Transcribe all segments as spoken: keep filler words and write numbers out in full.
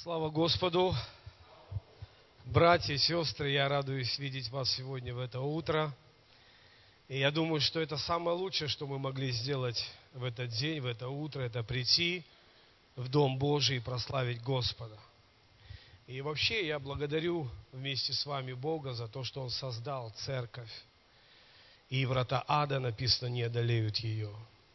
Слава Господу! Братья и сестры, я радуюсь видеть вас сегодня в это утро. И я думаю, что это самое лучшее, что мы могли сделать в этот день, в это утро, это прийти в Дом Божий и прославить Господа. И вообще я благодарю вместе с вами Бога за то, что Он создал церковь. И врата ада, написано, не одолеют ее.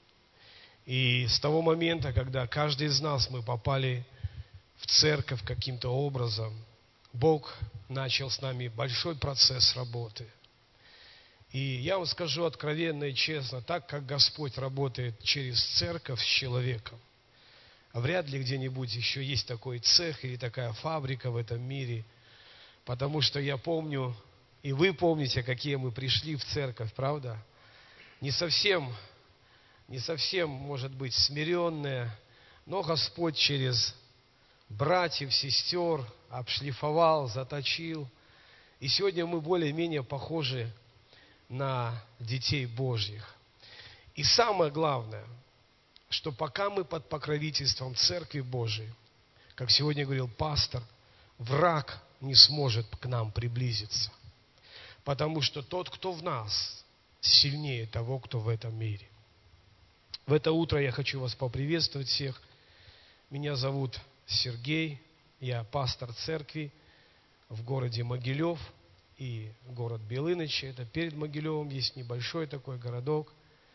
И с того момента, когда каждый из нас мы попали в церковь каким-то образом, Бог начал с нами большой процесс работы. И я вам скажу откровенно и честно, так как Господь работает через церковь с человеком, вряд ли где-нибудь еще есть такой цех или такая фабрика в этом мире, потому что я помню, и вы помните, какие мы пришли в церковь, правда? Не совсем, не совсем, может быть, смиренные, но Господь через братьев, сестер обшлифовал, заточил. И сегодня мы более-менее похожи на детей Божьих. И самое главное, что пока мы под покровительством Церкви Божией, как сегодня говорил пастор, враг не сможет к нам приблизиться. Потому что тот, кто в нас, сильнее того, кто в этом мире. В это утро я хочу вас поприветствовать всех. Меня зовут Сергей, я пастор церкви в городе Могилев и город Белынычи. Это перед Могилевом есть небольшой такой городок.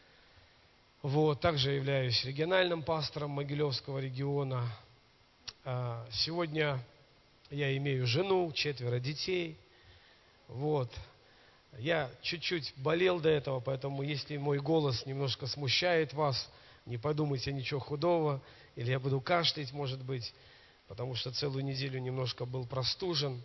Вот, также являюсь региональным пастором Могилевского региона. Сегодня я имею жену, четверо детей. Вот. Я чуть-чуть болел до этого, поэтому если мой голос немножко смущает вас, не подумайте ничего худого, или я буду кашлять, может быть, потому что целую неделю немножко был простужен.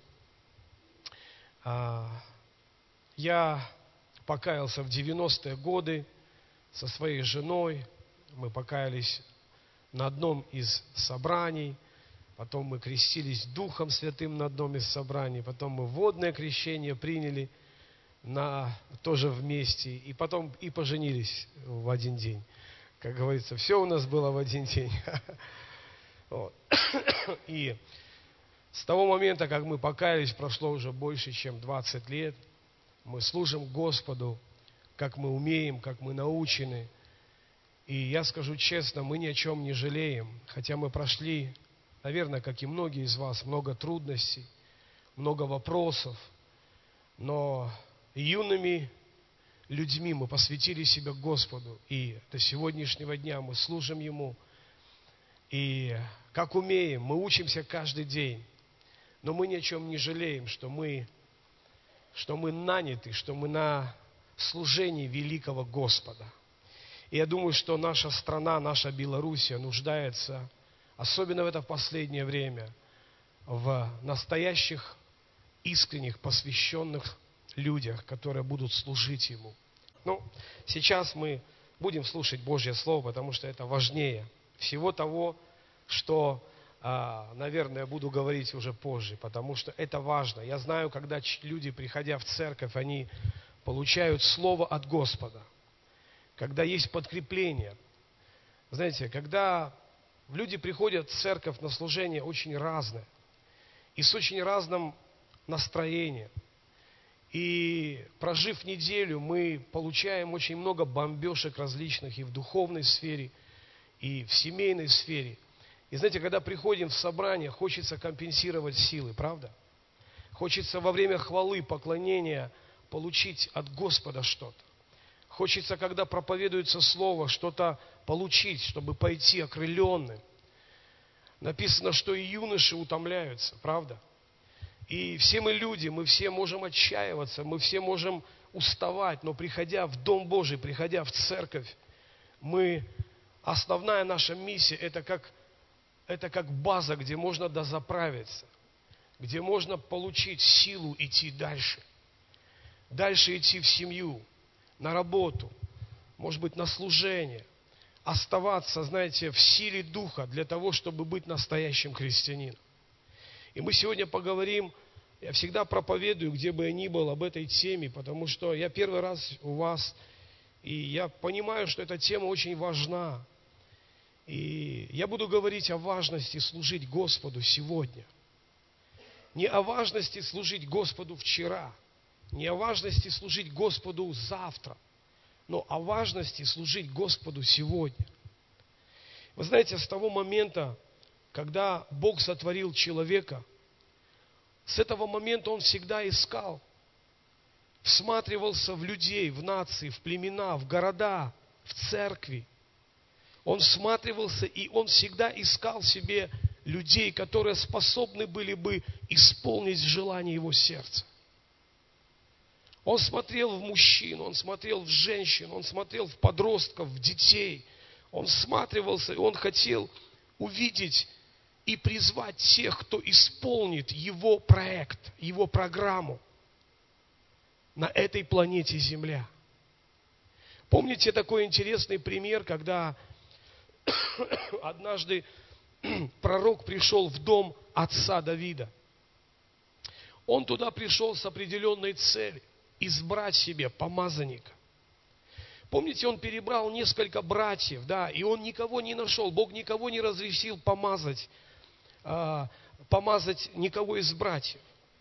Я покаялся в девяностые годы со своей женой. Мы покаялись на одном из собраний. Потом мы крестились Духом Святым на одном из собраний. Потом мы водное крещение приняли на, тоже вместе. И потом и поженились в один день. Как говорится, все у нас было в один день. Вот. И с того момента, как мы покаялись, прошло уже больше, чем двадцать лет. Мы служим Господу, как мы умеем, как мы научены. И я скажу честно, мы ни о чем не жалеем. Хотя мы прошли, наверное, как и многие из вас, много трудностей, много вопросов. Но юными людьми мы посвятили себя Господу. И до сегодняшнего дня мы служим Ему. И как умеем, мы учимся каждый день. Но мы ни о чем не жалеем, что мы, что мы наняты, что мы на служении великого Господа. И я думаю, что наша страна, наша Белоруссия нуждается, особенно в это последнее время, в настоящих, искренних, посвященных людях, которые будут служить Ему. Ну, сейчас мы будем слушать Божье Слово, потому что это важнее всего того, что, наверное, буду говорить уже позже, потому что это важно. Я знаю, когда люди, приходя в церковь, они получают Слово от Господа, когда есть подкрепление. Знаете, когда люди приходят в церковь на служение очень разное и с очень разным настроением, и прожив неделю, мы получаем очень много бомбежек различных и в духовной сфере, и в семейной сфере. И знаете, когда приходим в собрание, хочется компенсировать силы, правда? Хочется во время хвалы, поклонения получить от Господа что-то. Хочется, когда проповедуется Слово, что-то получить, чтобы пойти окрыленным. Написано, что и юноши утомляются, правда? И все мы люди, мы все можем отчаиваться, мы все можем уставать, но приходя в Дом Божий, приходя в церковь, мы, основная наша миссия, это как, это как база, где можно дозаправиться, где можно получить силу идти дальше. Дальше идти в семью, на работу, может быть, на служение, оставаться, знаете, в силе Духа для того, чтобы быть настоящим христианином. И мы сегодня поговорим, я всегда проповедую, где бы я ни был, об этой теме, потому что я первый раз у вас, и я понимаю, что эта тема очень важна. И я буду говорить о важности служить Господу сегодня. Не о важности служить Господу вчера, не о важности служить Господу завтра, но о важности служить Господу сегодня. Вы знаете, с того момента, когда Бог сотворил человека, с этого момента Он всегда искал, всматривался в людей, в нации, в племена, в города, в церкви. Он всматривался, и Он всегда искал себе людей, которые способны были бы исполнить желание Его сердца. Он смотрел в мужчин, Он смотрел в женщин, Он смотрел в подростков, в детей. Он всматривался, и Он хотел увидеть и призвать тех, кто исполнит Его проект, Его программу на этой планете Земля. Помните такой интересный пример, когда однажды пророк пришел в дом отца Давида. Он туда пришел с определенной целью – избрать себе помазанника. Помните, он перебрал несколько братьев, да, и он никого не нашел. Бог никого не разрешил помазать, э, помазать никого из братьев.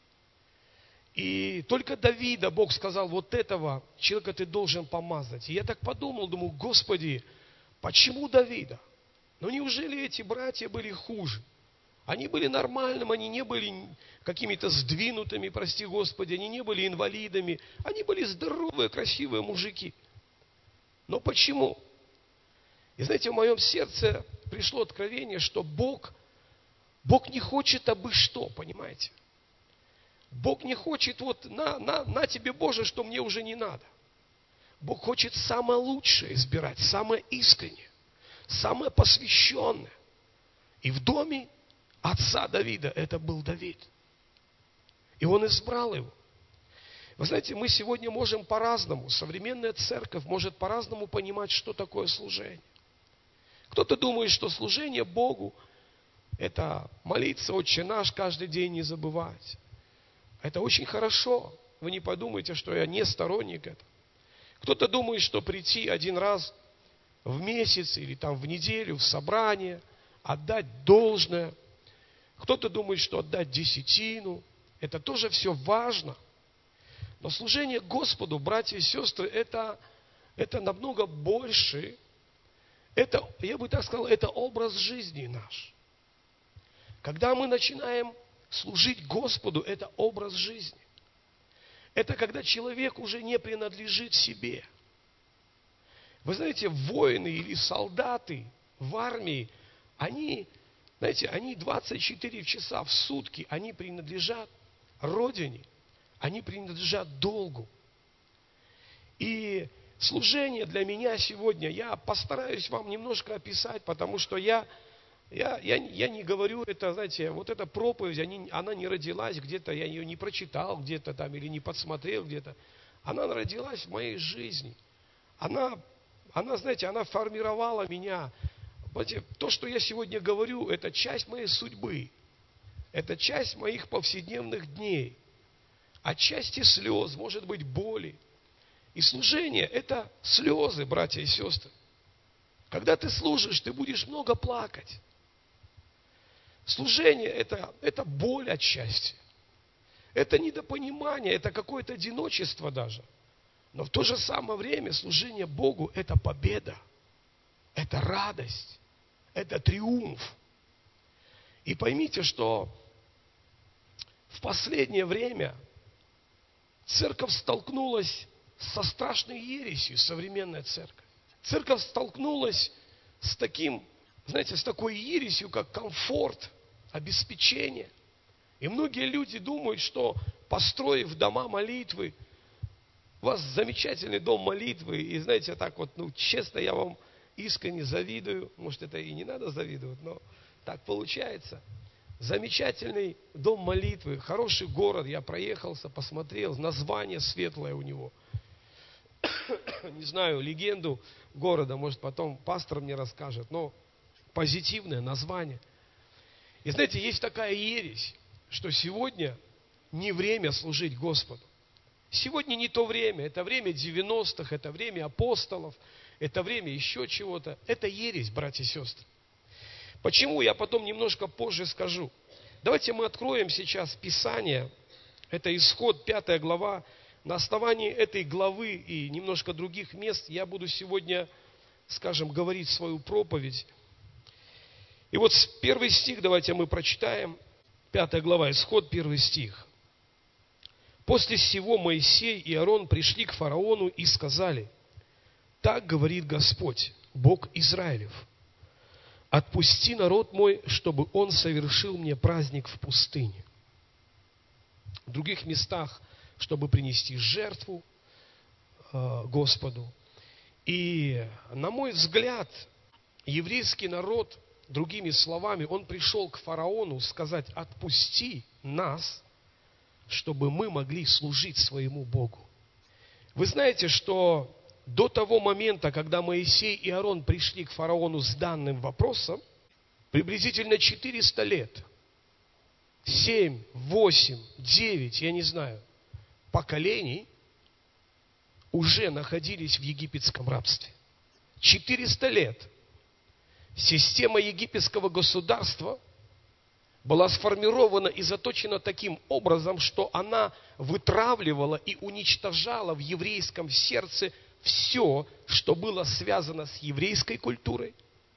И только Давида Бог сказал, вот этого человека ты должен помазать. И я так подумал, думаю, Господи, почему Давида? Но неужели эти братья были хуже? Они были нормальными, они не были какими-то сдвинутыми, прости Господи, они не были инвалидами, они были здоровые, красивые мужики. Но почему? И знаете, в моем сердце пришло откровение, что Бог, Бог не хочет абы что, понимаете? Бог не хочет, вот на, на, на тебе, Боже, что мне уже не надо. Бог хочет самое лучшее избирать, самое искреннее, самое посвященное. И в доме отца Давида это был Давид. И он избрал его. Вы знаете, мы сегодня можем по-разному, современная церковь может по-разному понимать, что такое служение. Кто-то думает, что служение Богу – это молиться «Отче наш» каждый день, не забывать. Это очень хорошо. Вы не подумайте, что я не сторонник этого. Кто-то думает, что прийти один раз в месяц или там в неделю в собрание, отдать должное. Кто-то думает, что отдать десятину. Это тоже все важно. Но служение Господу, братья и сестры, это, это намного больше. Это, я бы так сказал, это образ жизни наш. Когда мы начинаем служить Господу, это образ жизни. Это когда человек уже не принадлежит себе. Вы знаете, воины или солдаты в армии, они, знаете, они двадцать четыре часа в сутки, они принадлежат Родине, они принадлежат долгу. И служение для меня сегодня, я постараюсь вам немножко описать, потому что я, я, я, я не говорю это, знаете, вот эта проповедь, они, она не родилась где-то, я ее не прочитал где-то там или не подсмотрел где-то. Она родилась в моей жизни. Она, она, знаете, она формировала меня. Знаете, то, что я сегодня говорю, это часть моей судьбы. Это часть моих повседневных дней. Отчасти слез, может быть, боли. И служение – это слезы, братья и сестры. Когда ты служишь, ты будешь много плакать. Служение это, – это боль отчасти. Это недопонимание, это какое-то одиночество даже. Но в то же самое время служение Богу – это победа. Это радость. Это триумф. И поймите, что в последнее время церковь столкнулась со страшной ересью, современная церковь. Церковь столкнулась с таким, знаете, с такой ересью, как комфорт, обеспечение. И многие люди думают, что построив дома молитвы, у вас замечательный дом молитвы, и знаете, так вот, ну, честно, я вам искренне завидую, может, это и не надо завидовать, но так получается. Замечательный дом молитвы, хороший город, я проехался, посмотрел, название светлое у него. Не знаю легенду города, может, потом пастор мне расскажет, но позитивное название. И знаете, есть такая ересь, что сегодня не время служить Господу. Сегодня не то время, это время девяностых, это время апостолов, это время еще чего-то. Это ересь, братья и сестры. Почему, я потом немножко позже скажу. Давайте мы откроем сейчас Писание. Это Исход, пятая глава. На основании этой главы и немножко других мест я буду сегодня, скажем, говорить свою проповедь. И вот первый стих давайте мы прочитаем. Пятая глава, Исход, первый стих. «После сего Моисей и Аарон пришли к фараону и сказали: так говорит Господь, Бог Израилев: отпусти народ мой, чтобы он совершил мне праздник в пустыне». В других местах, чтобы принести жертву э, Господу. И, на мой взгляд, еврейский народ, другими словами, он пришел к фараону сказать: отпусти нас, чтобы мы могли служить своему Богу. Вы знаете, что до того момента, когда Моисей и Аарон пришли к фараону с данным вопросом, приблизительно четыреста лет, семь, восемь, девять, я не знаю, поколений уже находились в египетском рабстве. четыреста лет система египетского государства была сформирована и заточена таким образом, что она вытравливала и уничтожала в еврейском сердце все, что было связано с еврейской культурой,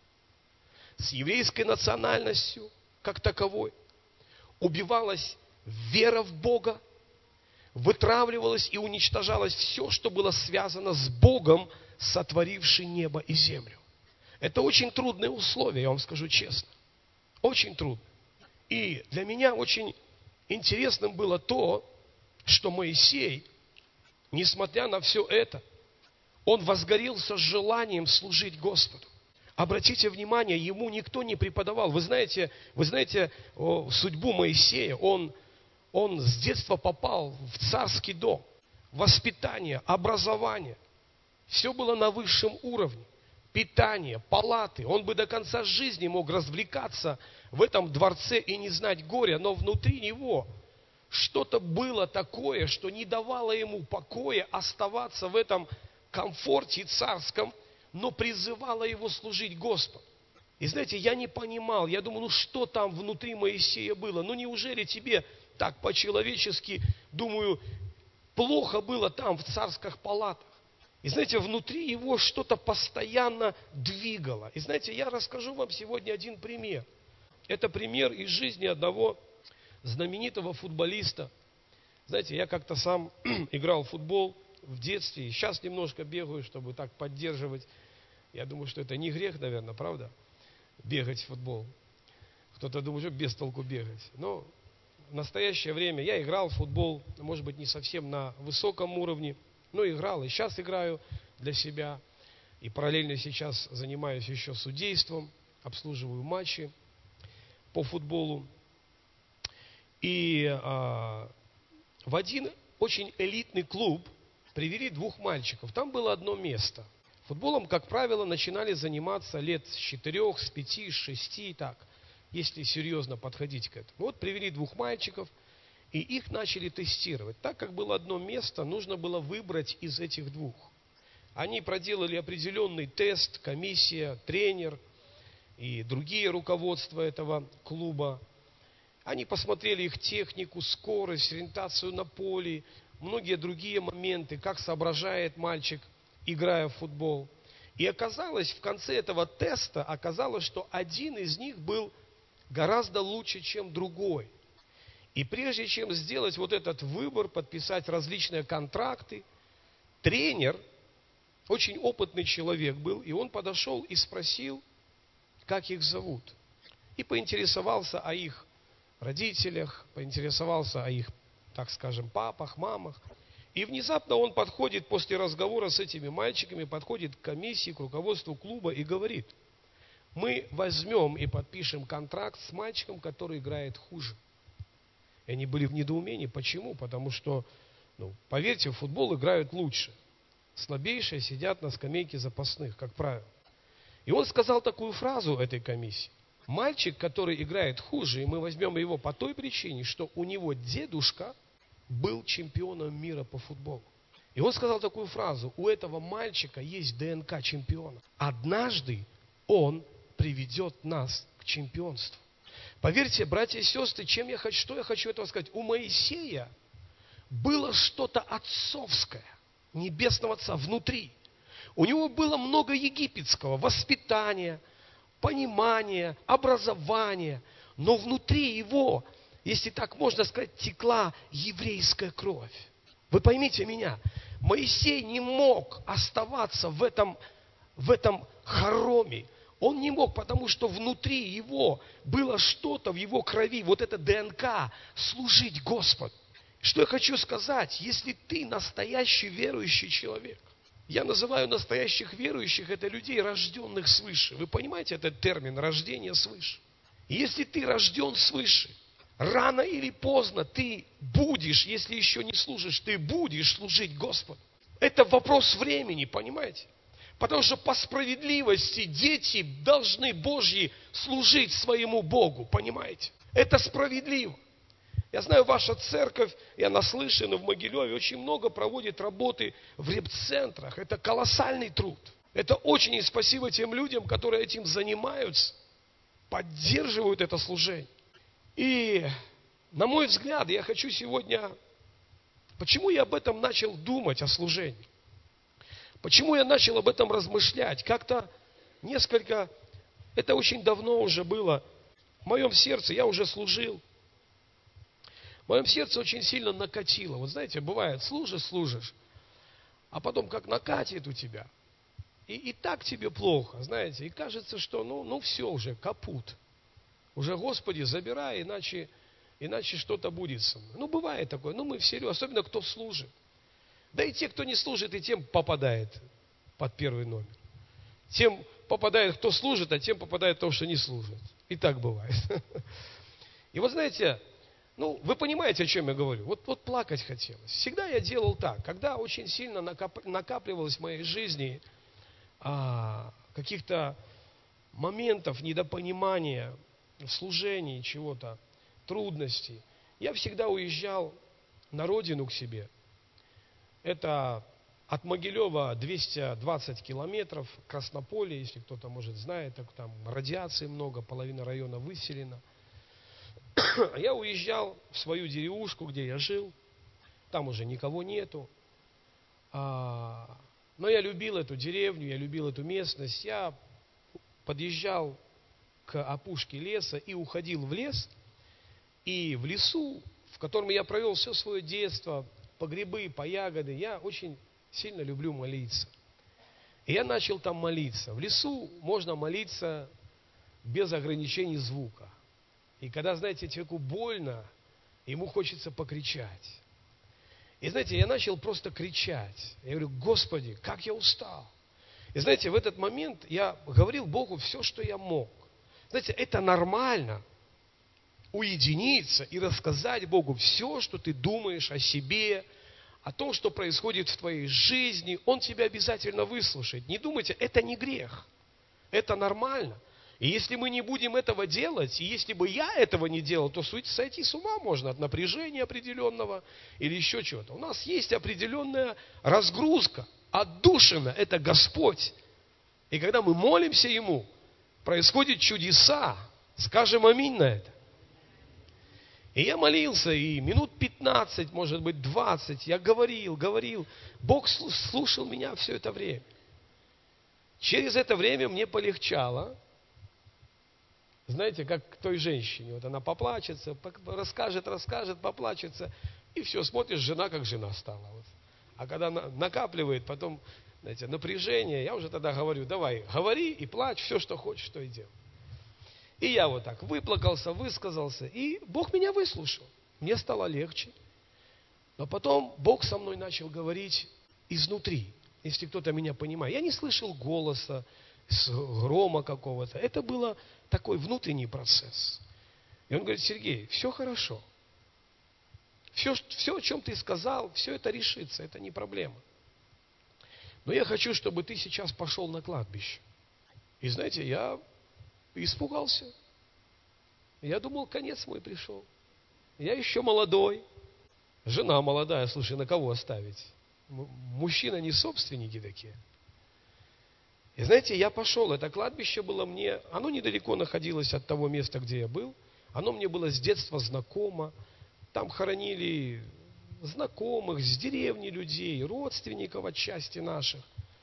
с еврейской национальностью как таковой. Убивалась вера в Бога, вытравливалось и уничтожалось все, что было связано с Богом, сотворившим небо и землю. Это очень трудные условия, я вам скажу честно. Очень трудно. И для меня очень интересным было то, что Моисей, несмотря на все это, он возгорелся с желанием служить Господу. Обратите внимание, ему никто не преподавал. Вы знаете, вы знаете о, судьбу Моисея. Он, он с детства попал в царский дом. Воспитание, образование. Все было на высшем уровне. Питание, палаты. Он бы до конца жизни мог развлекаться в этом дворце и не знать горя. Но внутри него что-то было такое, что не давало ему покоя оставаться в этом комфорте царском, но призывало его служить Господу. И знаете, я не понимал, я думал, ну что там внутри Моисея было? Ну неужели тебе так по-человечески, думаю, плохо было там в царских палатах? И знаете, внутри его что-то постоянно двигало. И знаете, я расскажу вам сегодня один пример. Это пример из жизни одного знаменитого футболиста. Знаете, я как-то сам играл в футбол в детстве, и сейчас немножко бегаю, чтобы так поддерживать. Я думаю, что это не грех, наверное, правда? Бегать в футбол. Кто-то думает, что без толку бегать. Но в настоящее время я играл в футбол, может быть, не совсем на высоком уровне, но играл, и сейчас играю для себя. И параллельно сейчас занимаюсь еще судейством, обслуживаю матчи по футболу. И а, в один очень элитный клуб привели двух мальчиков. Там было одно место. Футболом, как правило, начинали заниматься лет с четырех, с пяти, с шести, так, если серьезно подходить к этому. Вот привели двух мальчиков, и их начали тестировать. Так как было одно место, нужно было выбрать из этих двух. Они проделали определенный тест, комиссия, тренер и другие руководства этого клуба. Они посмотрели их технику, скорость, ориентацию на поле, многие другие моменты, как соображает мальчик, играя в футбол. И оказалось, в конце этого теста, оказалось, что один из них был гораздо лучше, чем другой. И прежде чем сделать вот этот выбор, подписать различные контракты, тренер, очень опытный человек был, и он подошел и спросил, как их зовут. И поинтересовался о их родителях, поинтересовался о их, так скажем, папах, мамах. И внезапно он подходит после разговора с этими мальчиками, подходит к комиссии, к руководству клуба и говорит: мы возьмем и подпишем контракт с мальчиком, который играет хуже. И они были в недоумении. Почему? Потому что, ну, поверьте, в футбол играют лучше. Слабейшие сидят на скамейке запасных, как правило. И он сказал такую фразу этой комиссии: мальчик, который играет хуже, и мы возьмем его по той причине, что у него дедушка был чемпионом мира по футболу. И он сказал такую фразу: у этого мальчика есть ДНК чемпиона. Однажды он приведет нас к к чемпионству. Поверьте, братья и сестры, чем я хочу, что я хочу этого сказать? У Моисея было что-то отцовское, небесного отца внутри. У него было много египетского воспитания, понимания, образования, но внутри его, если так можно сказать, текла еврейская кровь. Вы поймите меня, Моисей не мог оставаться в этом, в этом хороме. Он не мог, потому что внутри его было что-то в его крови, вот это ДНК, служить Господу. Что я хочу сказать, если ты настоящий верующий человек, я называю настоящих верующих, это людей, рожденных свыше. Вы понимаете этот термин, рождение свыше? И если ты рожден свыше, рано или поздно ты будешь, если еще не служишь, ты будешь служить Господу. Это вопрос времени, понимаете? Потому что по справедливости дети должны Божьи служить своему Богу, понимаете? Это справедливо. Я знаю, ваша церковь, я наслышан, в Могилеве очень много проводит работы в репцентрах. Это колоссальный труд. Это очень и спасибо тем людям, которые этим занимаются, поддерживают это служение. И, на мой взгляд, я хочу сегодня... Почему я об этом начал думать, о служении? Почему я начал об этом размышлять? Как-то несколько... Это очень давно уже было. В моем сердце я уже служил. В моем сердце очень сильно накатило. Вот знаете, бывает, служишь, служишь, а потом как накатит у тебя. И, и так тебе плохо, знаете, и кажется, что ну, ну все уже, капут. Уже, Господи, забирай, иначе, иначе что-то будет со мной. Ну, бывает такое, ну мы все люди, особенно кто служит. Да и те, кто не служит, и тем попадает под первый номер. Тем попадает, кто служит, а тем попадает то, что не служит. И так бывает. И вот знаете... Ну, вы понимаете, о чем я говорю. Вот, вот плакать хотелось. Всегда я делал так. Когда очень сильно накап, накапливалось в моей жизни а, каких-то моментов недопонимания в служении чего-то, трудностей, я всегда уезжал на родину к себе. Это от Могилева двести двадцать километров, Краснополе, если кто-то, может, знает, так там радиации много, половина района выселена. Я уезжал в свою деревушку, где я жил. Там уже никого нету. Но я любил эту деревню, я любил эту местность. Я подъезжал к опушке леса и уходил в лес. И в лесу, в котором я провел все свое детство, по грибы, по ягоды, я очень сильно люблю молиться. И я начал там молиться. В лесу можно молиться без ограничений звука. И когда, знаете, человеку больно, ему хочется покричать. И знаете, я начал просто кричать. Я говорю, Господи, как я устал. И знаете, в этот момент я говорил Богу все, что я мог. Знаете, это нормально уединиться и рассказать Богу все, что ты думаешь о себе, о том, что происходит в твоей жизни. Он тебя обязательно выслушает. Не думайте, это не грех. Это нормально. И если мы не будем этого делать, и если бы я этого не делал, то сойти с ума можно от напряжения определенного или еще чего-то. У нас есть определенная разгрузка. Отдушина – это Господь. И когда мы молимся Ему, происходят чудеса. Скажем аминь на это. И я молился, и минут пятнадцать, может быть, двадцать, я говорил, говорил. Бог слушал меня все это время. Через это время мне полегчало. Знаете, как к той женщине. Вот она поплачется, расскажет, расскажет, поплачется. И все, смотришь, жена как жена стала. Вот. А когда накапливает потом, знаете, напряжение, я уже тогда говорю, давай, говори и плачь, все, что хочешь, то и делай. И я вот так выплакался, высказался, и Бог меня выслушал. Мне стало легче. Но потом Бог со мной начал говорить изнутри, если кто-то меня понимает. Я не слышал голоса, грома какого-то. Это было такой внутренний процесс. И он говорит, Сергей, все хорошо. Все, все, о чем ты сказал, все это решится, это не проблема. Но я хочу, чтобы ты сейчас пошел на кладбище. И знаете, я испугался. Я думал, конец мой пришел. Я еще молодой. Жена молодая, слушай, на кого оставить? Мужчина не собственники такие. И знаете, я пошел, это кладбище было мне, оно недалеко находилось от того места, где я был. Оно мне было с детства знакомо. Там хоронили знакомых, с деревни людей, родственников отчасти наших.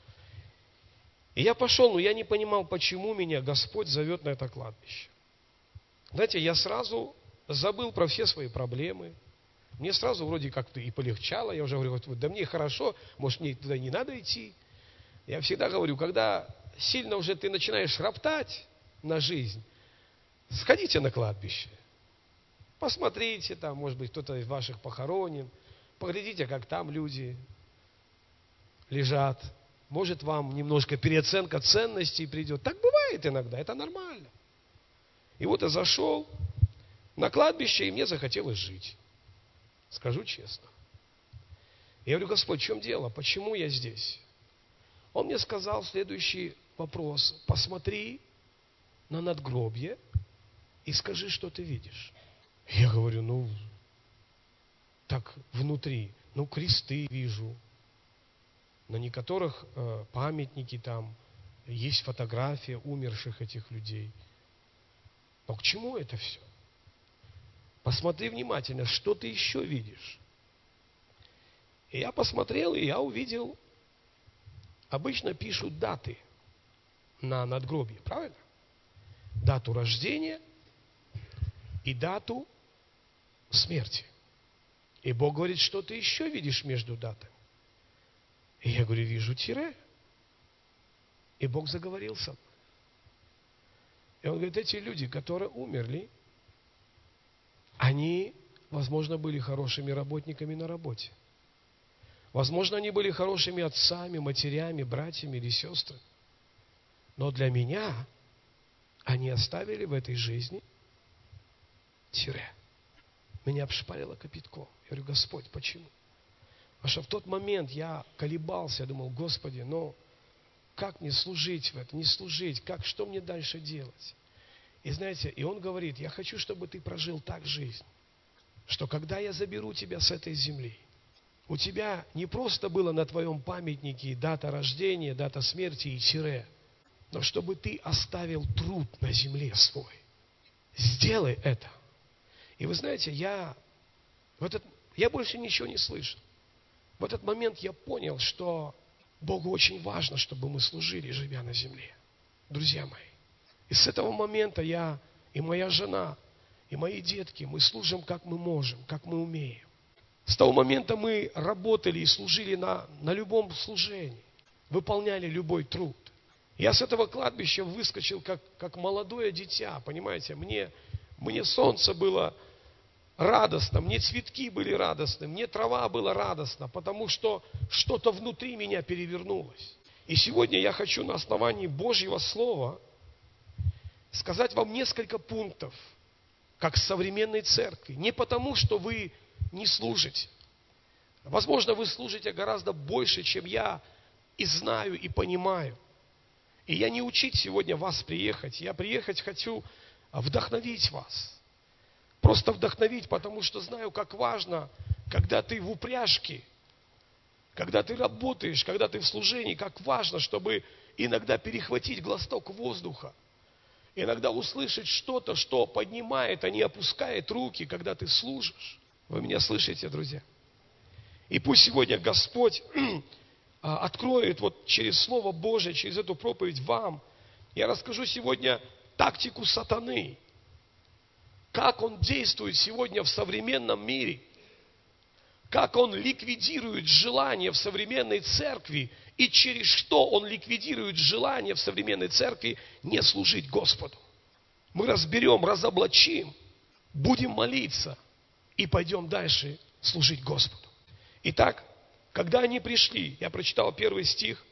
И я пошел, но я не понимал, почему меня Господь зовет на это кладбище. Знаете, я сразу забыл про все свои проблемы. Мне сразу вроде как-то и полегчало. Я уже говорю, вот, да мне хорошо, может, мне туда не надо идти. Я всегда говорю, когда сильно уже ты начинаешь роптать на жизнь, сходите на кладбище. Посмотрите, там, может быть, кто-то из ваших похоронен. Поглядите, как там люди лежат. Может, вам немножко переоценка ценностей придет. Так бывает иногда, это нормально. И вот я зашел на кладбище, и мне захотелось жить. Скажу честно. Я говорю, Господь, в чем дело? Почему я здесь? Он мне сказал следующий вопрос. Посмотри на надгробье и скажи, что ты видишь. Я говорю, ну, так внутри, ну, кресты вижу, на некоторых э, памятники там, есть фотография умерших этих людей. Но к чему это все? Посмотри внимательно, что ты еще видишь. И я посмотрел, и я увидел, обычно пишут даты на надгробье, правильно? Дату рождения и дату смерти. И Бог говорит, что ты еще видишь между датами? И я говорю, вижу тире. И Бог заговорил со мной. И Он говорит, эти люди, которые умерли, они, возможно, были хорошими работниками на работе. Возможно, они были хорошими отцами, матерями, братьями или сестрами. Но для меня они оставили в этой жизни тире. Меня обшпарило кипятком. Я говорю, Господь, почему? Потому что в тот момент я колебался, я думал, Господи, ну, как мне служить в этом, не служить, как, что мне дальше делать? И знаете, и Он говорит, я хочу, чтобы ты прожил так жизнь, что когда я заберу тебя с этой земли, у тебя не просто было на твоем памятнике дата рождения, дата смерти и тире, но чтобы ты оставил труд на земле свой. Сделай это. И вы знаете, я, в этот, я больше ничего не слышал. В этот момент я понял, что Богу очень важно, чтобы мы служили, живя на земле. Друзья мои. И с этого момента я и моя жена, и мои детки, мы служим, как мы можем, как мы умеем. С того момента мы работали и служили на, на любом служении, выполняли любой труд. Я с этого кладбища выскочил, как, как молодое дитя, понимаете, мне, мне солнце было радостно, мне цветки были радостны, мне трава была радостна, потому что что-то внутри меня перевернулось. И сегодня я хочу на основании Божьего Слова сказать вам несколько пунктов, как современной церкви. Не потому, что вы не служите. Возможно, вы служите гораздо больше, чем я и знаю, и понимаю. И я не учить сегодня вас приехать. Я приехать хочу вдохновить вас. Просто вдохновить, потому что знаю, как важно, когда ты в упряжке, когда ты работаешь, когда ты в служении, как важно, чтобы иногда перехватить глоток воздуха. Иногда услышать что-то, что поднимает, а не опускает руки, когда ты служишь. Вы меня слышите, друзья? И пусть сегодня Господь откроет вот через Слово Божие, через эту проповедь вам. Я расскажу сегодня тактику сатаны. Как он действует сегодня в современном мире. Как он ликвидирует желание в современной церкви. И через что он ликвидирует желание в современной церкви не служить Господу. Мы разберем, разоблачим, будем молиться и пойдем дальше служить Господу. Итак, когда они пришли, я прочитал первый стих,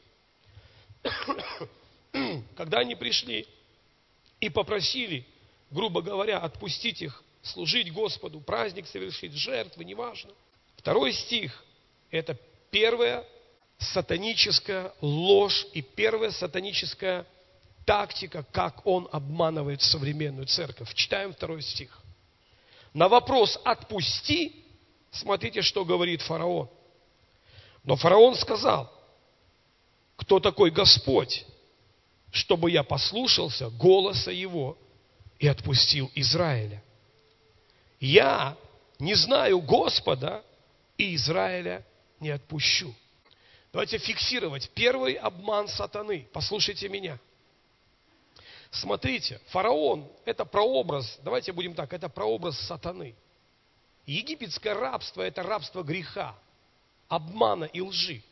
когда они пришли и попросили, грубо говоря, отпустить их, служить Господу, праздник совершить, жертвы, неважно. Второй стих – это первая сатаническая ложь и первая сатаническая тактика, как он обманывает современную церковь. Читаем второй стих. На вопрос «отпусти», смотрите, что говорит фараон. Но фараон сказал, кто такой Господь, чтобы я послушался голоса Его и отпустил Израиля. Я не знаю Господа, и Израиля не отпущу». Давайте фиксировать первый обман сатаны. Послушайте меня. Смотрите, фараон – это прообраз, давайте будем так, это прообраз сатаны. Египетское рабство – это рабство греха, обмана и лжи.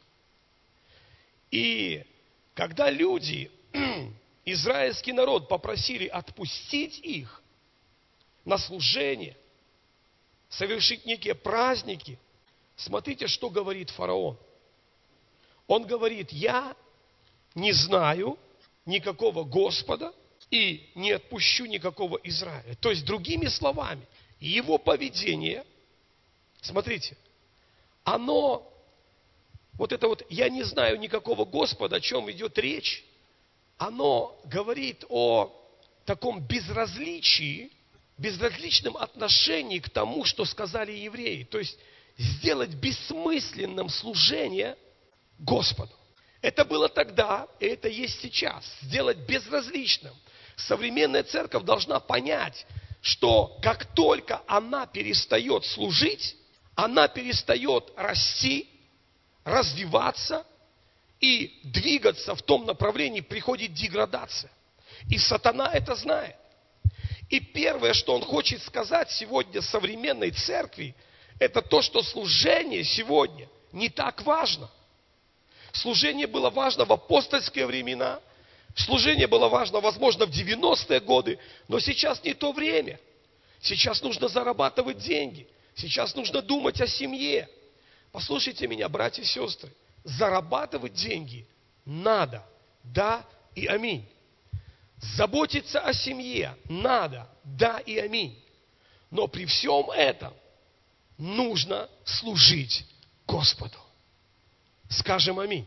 И когда люди, израильский народ, попросили отпустить их на служение, совершить некие праздники, смотрите, что говорит фараон. Он говорит: я не знаю никакого Господа и не отпущу никакого Израиля. То есть, другими словами, его поведение, смотрите, оно, вот это вот «я не знаю никакого Господа», о чем идет речь, оно говорит о таком безразличии, безразличном отношении к тому, что сказали евреи. То есть, сделать бессмысленным служение Господу. Это было тогда, и это есть сейчас. Сделать безразличным. Современная церковь должна понять, что как только она перестает служить, она перестает расти, развиваться и двигаться в том направлении, приходит деградация. И сатана это знает. И первое, что он хочет сказать сегодня современной церкви, это то, что служение сегодня не так важно. Служение было важно в апостольские времена. Служение было важно, возможно, в девяностые годы. Но сейчас не то время. Сейчас нужно зарабатывать деньги. Сейчас нужно думать о семье. Послушайте меня, братья и сестры. Зарабатывать деньги надо. Да и аминь. Заботиться о семье надо. Да и аминь. Но при всем этом нужно служить Господу. Скажем аминь.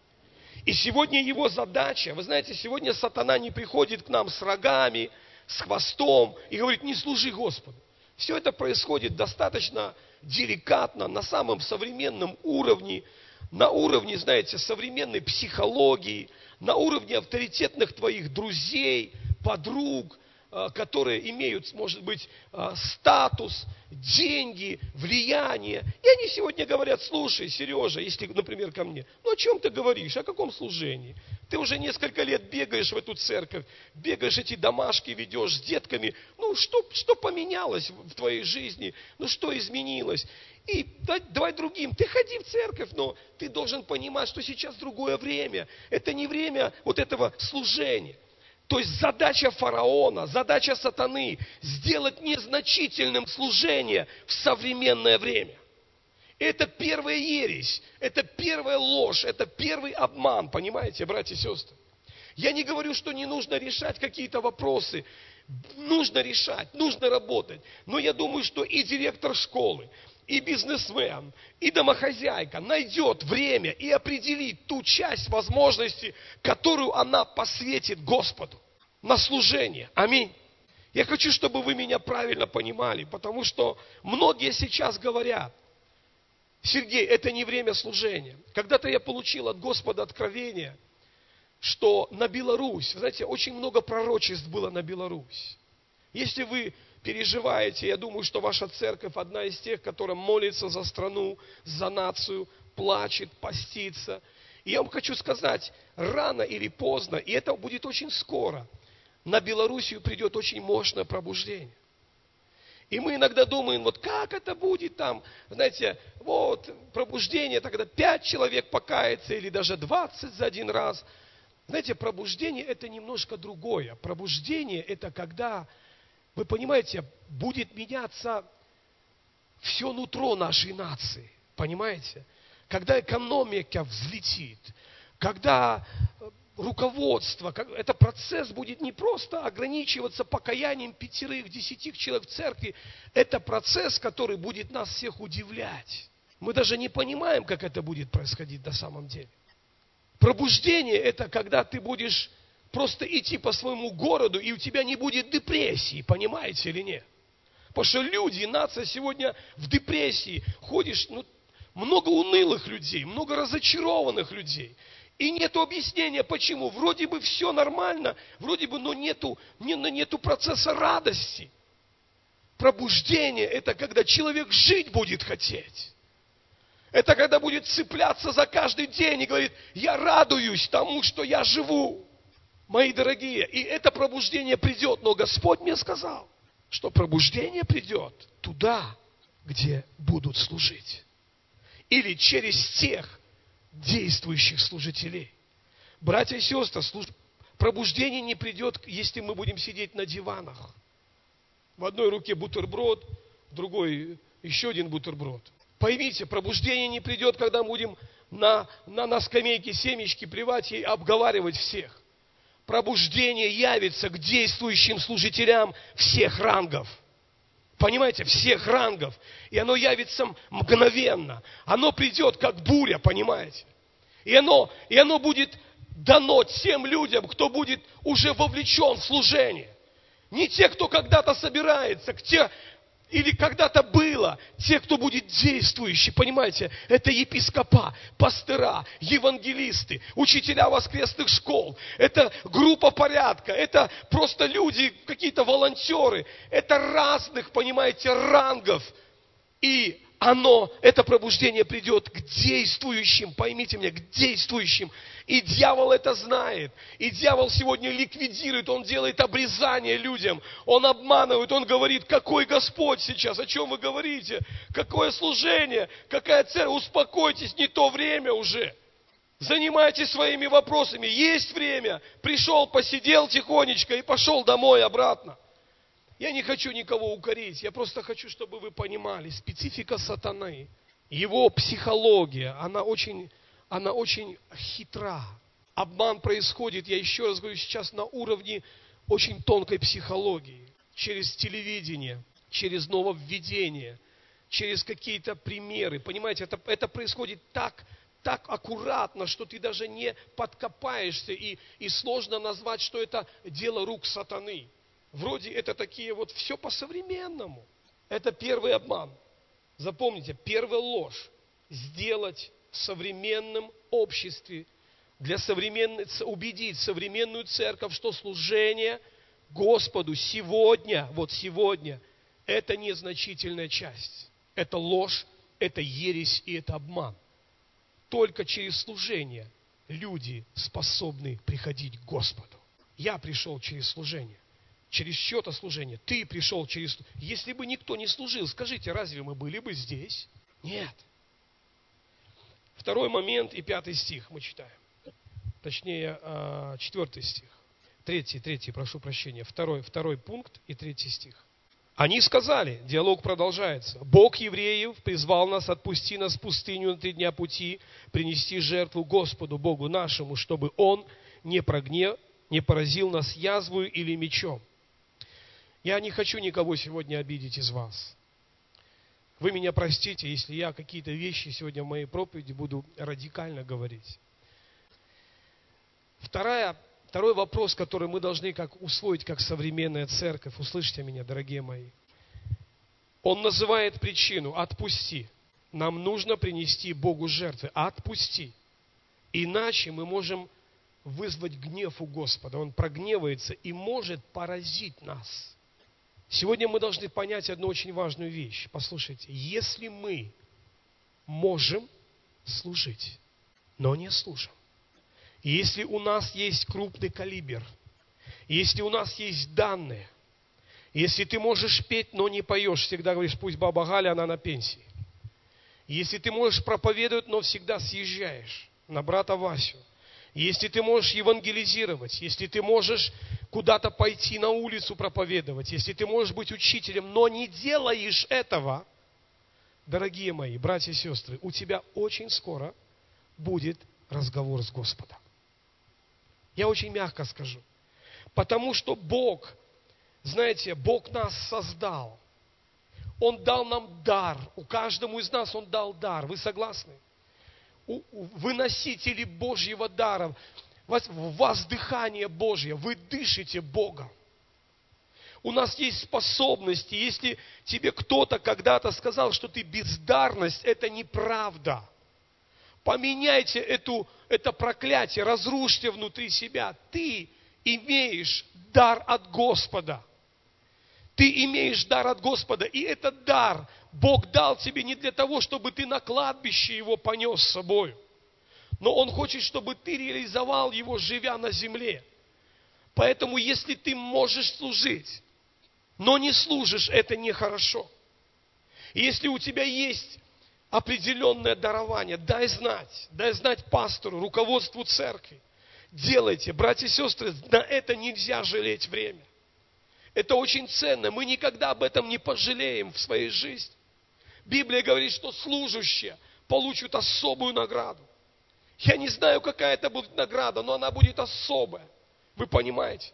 И сегодня его задача, вы знаете, сегодня сатана не приходит к нам с рогами, с хвостом и говорит: не служи Господу. Все это происходит достаточно деликатно, на самом современном уровне, на уровне, знаете, современной психологии, на уровне авторитетных твоих друзей, подруг, которые имеют, может быть, статус, деньги, влияние. И они сегодня говорят: слушай, Сережа, если, например, ко мне, ну о чем ты говоришь, о каком служении? Ты уже несколько лет бегаешь в эту церковь, бегаешь эти домашки, ведешь с детками. Ну что, что поменялось в твоей жизни? Ну что изменилось? И давай другим, ты ходи в церковь, но ты должен понимать, что сейчас другое время. Это не время вот этого служения. То есть задача фараона, задача сатаны – сделать незначительным служение в современное время. Это первая ересь, это первая ложь, это первый обман, понимаете, братья и сестры? Я не говорю, что не нужно решать какие-то вопросы. Нужно решать, нужно работать. Но я думаю, что и директор школы, и бизнесмен, и домохозяйка найдет время и определит ту часть возможностей, которую она посвятит Господу на служение. Аминь. Я хочу, чтобы вы меня правильно понимали, потому что многие сейчас говорят: Сергей, это не время служения. Когда-то я получил от Господа откровение, что на Беларусь, вы знаете, очень много пророчеств было на Беларусь. Если вы переживаете, я думаю, что ваша церковь одна из тех, которая молится за страну, за нацию, плачет, постится. И я вам хочу сказать, рано или поздно, и это будет очень скоро, на Белоруссию придет очень мощное пробуждение. И мы иногда думаем, вот как это будет там, знаете, вот пробуждение, тогда пять человек покается или даже двадцать за один раз. Знаете, пробуждение это немножко другое. Пробуждение это когда, вы понимаете, будет меняться все нутро нашей нации. Понимаете? Когда экономика взлетит, когда руководство, это процесс будет не просто ограничиваться покаянием пятерых, десяти человек в церкви. Это процесс, который будет нас всех удивлять. Мы даже не понимаем, как это будет происходить на самом деле. Пробуждение – это когда ты будешь просто идти по своему городу, и у тебя не будет депрессии, понимаете или нет? Потому что люди, нация сегодня в депрессии. Ходишь, ну, много унылых людей, много разочарованных людей. И нету объяснения, почему. Вроде бы все нормально, вроде бы, но нету, не, но нету процесса радости. Пробуждение – это когда человек жить будет хотеть. Это когда будет цепляться за каждый день и говорит, я радуюсь тому, что я живу. Мои дорогие, и это пробуждение придет, но Господь мне сказал, что пробуждение придет туда, где будут служить. Или через тех действующих служителей. Братья и сестры, служ... пробуждение не придет, если мы будем сидеть на диванах. В одной руке бутерброд, в другой еще один бутерброд. Поймите, пробуждение не придет, когда мы будем на, на, на скамейке семечки плевать и обговаривать всех. Пробуждение явится к действующим служителям всех рангов. Понимаете, всех рангов. И оно явится мгновенно. Оно придет, как буря, понимаете. И оно, и оно будет дано тем людям, кто будет уже вовлечен в служение. Не те, кто когда-то собирается, те, или когда-то было, те, кто будет действующий, понимаете, это епископа, пастыра, евангелисты, учителя воскресных школ, это группа порядка, это просто люди, какие-то волонтеры, это разных, понимаете, рангов. И оно, это пробуждение придет к действующим, поймите меня, к действующим. И дьявол это знает. И дьявол сегодня ликвидирует, он делает обрезание людям. Он обманывает, он говорит, какой Господь сейчас, о чем вы говорите? Какое служение, какая церковь? Успокойтесь, не то время уже. Занимайтесь своими вопросами. Есть время. Пришел, посидел тихонечко и пошел домой обратно. Я не хочу никого укорить, я просто хочу, чтобы вы понимали, специфика сатаны, его психология, она очень, она очень хитра. Обман происходит, я еще раз говорю, сейчас на уровне очень тонкой психологии, через телевидение, через нововведение, через какие-то примеры. Понимаете, это, это происходит так, так аккуратно, что ты даже не подкопаешься, и, и сложно назвать, что это дело рук сатаны. Вроде это такие вот, все по-современному. Это первый обман. Запомните, первая ложь. Сделать в современном обществе, для современной, убедить современную церковь, что служение Господу сегодня, вот сегодня, это незначительная часть. Это ложь, это ересь и это обман. Только через служение люди способны приходить к Господу. Я пришел через служение. Через чье-то служение. Ты пришел через... Если бы никто не служил, скажите, разве мы были бы здесь? Нет. Второй момент и пятый стих мы читаем. Точнее, четвертый стих. Третий, третий, прошу прощения. Второй, второй пункт и третий стих. Они сказали, диалог продолжается, Бог евреев призвал нас, отпусти нас в пустыню на три дня пути, принести жертву Господу, Богу нашему, чтобы Он не прогнев, не поразил нас язвою или мечом. Я не хочу никого сегодня обидеть из вас. Вы меня простите, если я какие-то вещи сегодня в моей проповеди буду радикально говорить. Вторая, второй вопрос, который мы должны как усвоить, как современная церковь, услышьте меня, дорогие мои. Он называет причину «отпусти». Нам нужно принести Богу жертвы. Отпусти. Иначе мы можем вызвать гнев у Господа. Он прогневается и может поразить нас. Сегодня мы должны понять одну очень важную вещь. Послушайте, если мы можем служить, но не служим, если у нас есть крупный калибр, если у нас есть данные, если ты можешь петь, но не поешь, всегда говоришь, пусть баба Галя, она на пенсии. Если ты можешь проповедовать, но всегда съезжаешь на брата Васю. Если ты можешь евангелизировать, если ты можешь куда-то пойти на улицу проповедовать, если ты можешь быть учителем, но не делаешь этого, дорогие мои братья и сестры, у тебя очень скоро будет разговор с Господом. Я очень мягко скажу. Потому что Бог, знаете, Бог нас создал. Он дал нам дар. У каждому из нас Он дал дар. Вы согласны? Вы носители Божьего дара. В вас дыхание Божье. Вы дышите Богом. У нас есть способности. Если тебе кто-то когда-то сказал, что ты бездарность, это неправда. Поменяйте эту, это проклятие, разрушьте внутри себя. Ты имеешь дар от Господа. Ты имеешь дар от Господа. И этот дар Бог дал тебе не для того, чтобы ты на кладбище его понес с собой. Но Он хочет, чтобы ты реализовал его, живя на земле. Поэтому, если ты можешь служить, но не служишь, это нехорошо. И если у тебя есть определенное дарование, дай знать, дай знать пастору, руководству церкви. Делайте, братья и сестры, на это нельзя жалеть время. Это очень ценно, мы никогда об этом не пожалеем в своей жизни. Библия говорит, что служащие получат особую награду. Я не знаю, какая это будет награда, но она будет особая. Вы понимаете?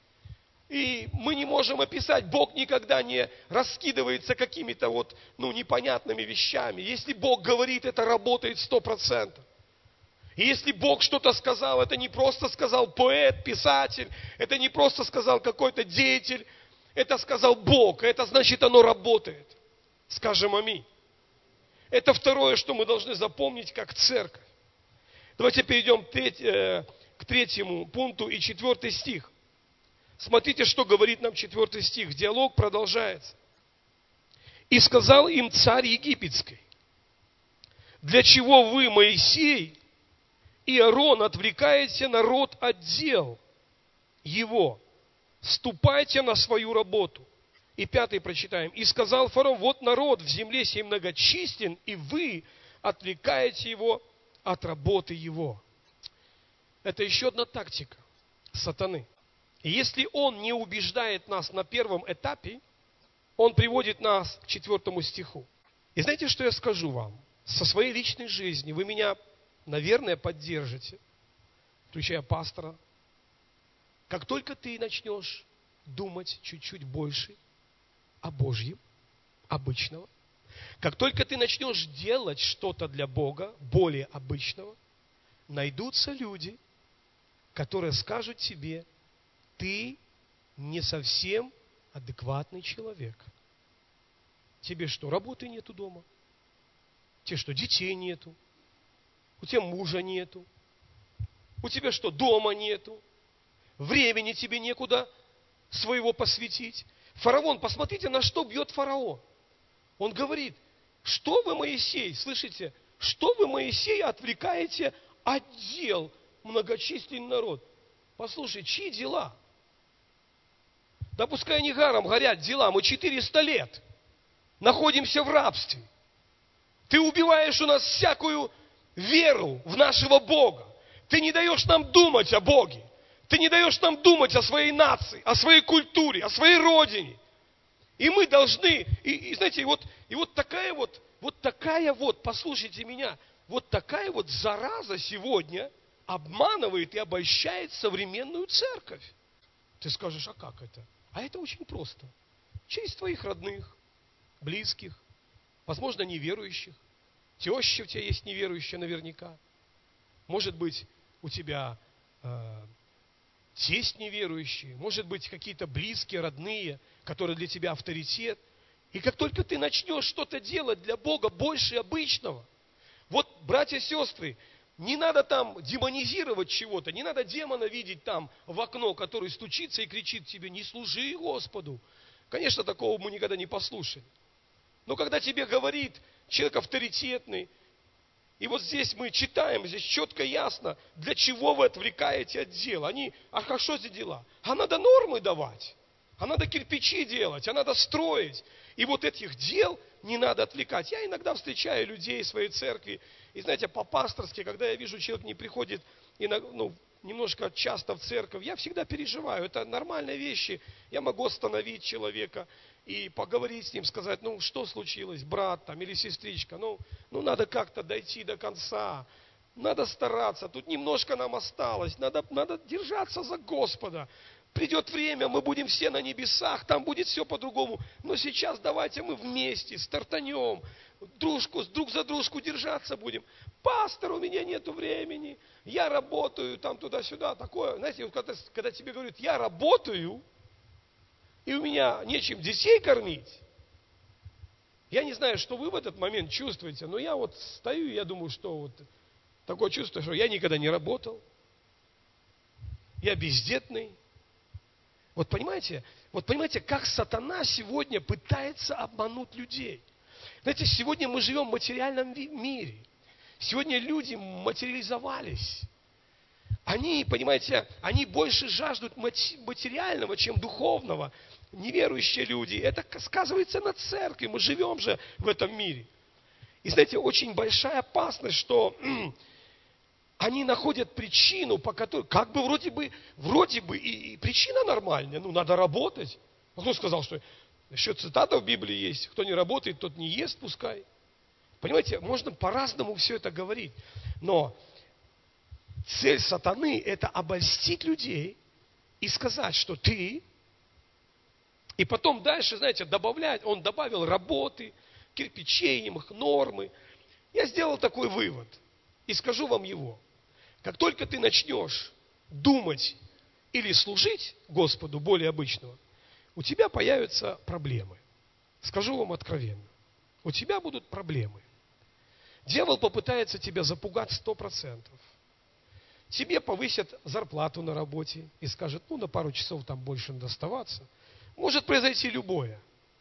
И мы не можем описать, Бог никогда не раскидывается какими-то вот, ну, непонятными вещами. Если Бог говорит, это работает сто процентов. И если Бог что-то сказал, это не просто сказал поэт, писатель, это не просто сказал какой-то деятель, это сказал Бог, это значит, оно работает. Скажем аминь. Это второе, что мы должны запомнить как церковь. Давайте перейдем к третьему пункту и четвертый стих. Смотрите, что говорит нам четвертый стих. Диалог продолжается. «И сказал им царь египетский: для чего вы, Моисей и Аарон, отвлекаете народ от дел его? Ступайте на свою работу». И пятый прочитаем. «И сказал фараон: вот народ в земле сей многочислен, и вы отвлекаете его от работы его». Это еще одна тактика сатаны. И если он не убеждает нас на первом этапе, он приводит нас к четвертому стиху. И знаете, что я скажу вам? Со своей личной жизни вы меня, наверное, поддержите, включая пастора. Как только ты начнешь думать чуть-чуть больше о Божьем, обычного, как только ты начнешь делать что-то для Бога, более обычного, найдутся люди, которые скажут тебе: ты не совсем адекватный человек. Тебе что, работы нету дома? Тебе что, детей нету? У тебя мужа нету? У тебя что, дома нету? Времени тебе некуда своего посвятить? Фараон, посмотрите, на что бьет фараон. Он говорит: что вы, Моисей, слышите, что вы, Моисей, отвлекаете от дел многочисленный народ? Послушай, чьи дела? Да пускай не гаром горят дела, мы четыреста лет находимся в рабстве. Ты убиваешь у нас всякую веру в нашего Бога. Ты не даешь нам думать о Боге. Ты не даешь нам думать о своей нации, о своей культуре, о своей родине. И мы должны, и, и знаете, и вот, и вот такая вот, вот такая вот, послушайте меня, вот такая вот зараза сегодня обманывает и обольщает современную церковь. Ты скажешь: а как это? А это очень просто. Через твоих родных, близких, возможно, неверующих. Теща у тебя есть неверующая наверняка. Может быть, у тебя э, тесть неверующий. Может быть, какие-то близкие, родные, которые для тебя авторитет. И как только ты начнешь что-то делать для Бога больше обычного, вот, братья и сестры, не надо там демонизировать чего-то, не надо демона видеть там в окно, который стучится и кричит тебе: не служи Господу. Конечно, такого мы никогда не послушаем. Но когда тебе говорит человек авторитетный, и вот здесь мы читаем, здесь четко ясно, для чего вы отвлекаете от дел. Они, а что за дела? А надо нормы давать, а надо кирпичи делать, а надо строить. И вот этих дел не надо отвлекать. Я иногда встречаю людей в своей церкви, и знаете, по-пасторски, когда я вижу, человек не приходит ну, немножко часто в церковь, я всегда переживаю. Это нормальные вещи. Я могу остановить человека и поговорить с ним, сказать: ну, что случилось, брат там или сестричка, ну, ну надо как-то дойти до конца, надо стараться, тут немножко нам осталось, надо, надо держаться за Господа. Придет время, мы будем все на небесах, там будет все по-другому. Но сейчас давайте мы вместе стартанем, дружку, друг за дружку держаться будем. Пастор, у меня нету времени, я работаю там туда-сюда, такое. Знаете, когда, когда тебе говорят: я работаю, и у меня нечем детей кормить. Я не знаю, что вы в этот момент чувствуете, но я вот стою, и я думаю, что вот Такое чувство, что я никогда не работал, я бездетный. Вот понимаете, вот понимаете, как сатана сегодня пытается обмануть людей. Знаете, сегодня мы живем в материальном мире. Сегодня люди материализовались. Они, понимаете, они больше жаждут материального, чем духовного. Неверующие люди. Это сказывается на церкви. Мы живем же в этом мире. И знаете, очень большая опасность, что они находят причину, по которой, как бы вроде бы, вроде бы и, и причина нормальная, ну надо работать. А кто сказал, что еще цитата в Библии есть, кто не работает, тот не ест, пускай. Понимаете, можно по-разному все это говорить, но цель сатаны – это обольстить людей и сказать, что ты, и потом дальше, знаете, добавлять, он добавил работы, кирпичей, нормы. Я сделал такой вывод и скажу вам его. Как только ты начнешь думать или служить Господу более обычного, у тебя появятся проблемы. Скажу вам откровенно. У тебя будут проблемы. Дьявол попытается тебя запугать сто процентов. Тебе повысят зарплату на работе и скажет, ну, на пару часов там больше надо оставаться. Может произойти любое.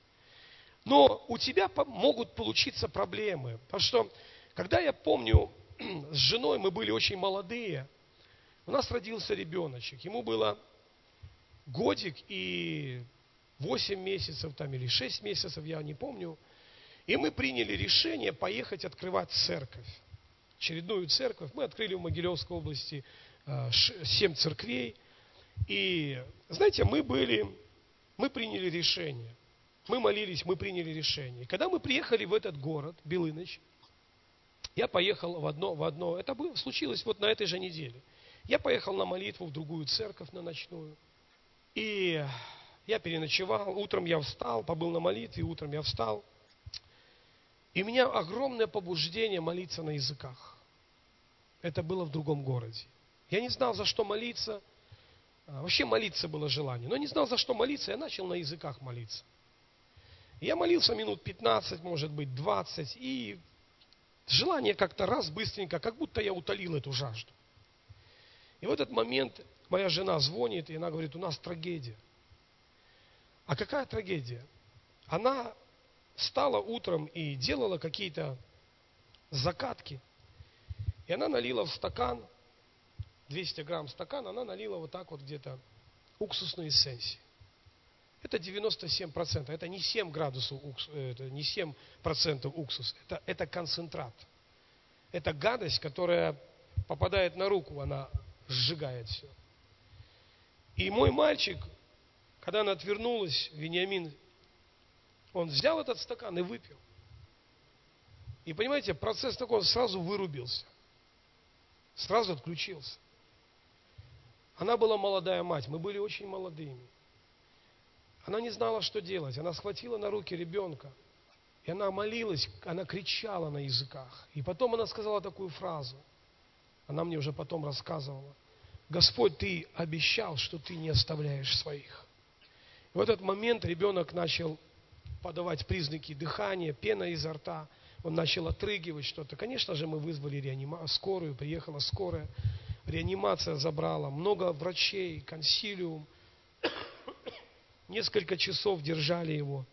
Но у тебя могут получиться проблемы. Потому что, когда я помню, с женой мы были очень молодые, у нас родился ребеночек. Ему было годик и восемь месяцев там, или шесть месяцев, я не помню. И мы приняли решение поехать открывать церковь. Очередную церковь. Мы открыли в Могилевской области семь церквей. И, знаете, мы были, мы приняли решение. Мы молились, мы приняли решение. И когда мы приехали в этот город, Белыныч, я поехал в одно, в одно, это было, случилось вот на этой же неделе. Я поехал на молитву в другую церковь, на ночную. И я переночевал, утром я встал, побыл на молитве, утром я встал. И у меня огромное побуждение молиться на языках. Это было в другом городе. Я не знал, за что молиться. Вообще молиться было желание. Но не знал, за что молиться, я начал на языках молиться. Я молился минут пятнадцать, может быть, двадцать, и желание как-то раз быстренько, как будто я утолил эту жажду. И в этот момент моя жена звонит, и она говорит, у нас трагедия. А какая трагедия? Она встала утром и делала какие-то закатки. И она налила в стакан, двести грамм стакан, она налила вот так вот где-то уксусной эссенции. Это девяносто семь процентов, это не семь градусов, это не семь процентов уксуса, это, это концентрат. Это гадость, которая попадает на руку, она сжигает все. И мой мальчик, когда она отвернулась, Вениамин, он взял этот стакан и выпил. И понимаете, процесс такой, он сразу вырубился. Сразу отключился. Она была молодая мать, мы были очень молодыми. Она не знала, что делать. Она схватила на руки ребенка. И она молилась, она кричала на языках. И потом она сказала такую фразу. Она мне уже потом рассказывала. Господь, Ты обещал, что Ты не оставляешь своих. И в этот момент ребенок начал подавать признаки дыхания, пена изо рта. Он начал отрыгивать что-то. Конечно же, мы вызвали реанима... скорую, приехала скорая. Реанимация забрала. Много врачей, консилиум. Несколько часов держали его.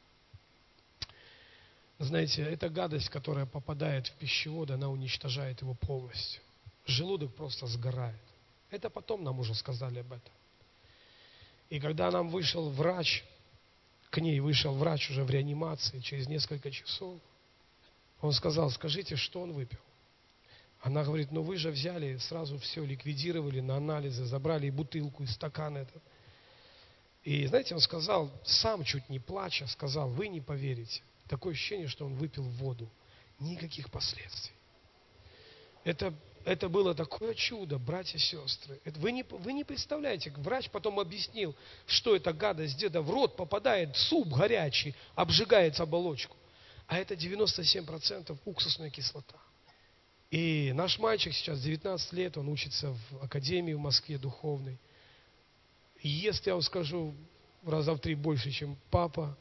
Знаете, эта гадость, которая попадает в пищевод, она уничтожает его полностью. Желудок просто сгорает. Это потом нам уже сказали об этом. И когда нам вышел врач, к ней вышел врач уже в реанимации через несколько часов, он сказал, скажите, что он выпил? Она говорит, ну вы же взяли, сразу все ликвидировали на анализы, забрали и бутылку, и стакан этот. И знаете, он сказал, сам чуть не плача, сказал, вы не поверите. Такое ощущение, что он выпил воду. Никаких последствий. Это, это было такое чудо, братья и сестры. Это вы, не, вы не представляете, врач потом объяснил, что эта гадость где-то в рот попадает, суп горячий, обжигается оболочку. А это девяносто семь процентов уксусная кислота. И наш мальчик сейчас девятнадцать лет, он учится в академии в Москве духовной. Ест, я вам скажу, раза в три больше, чем папа.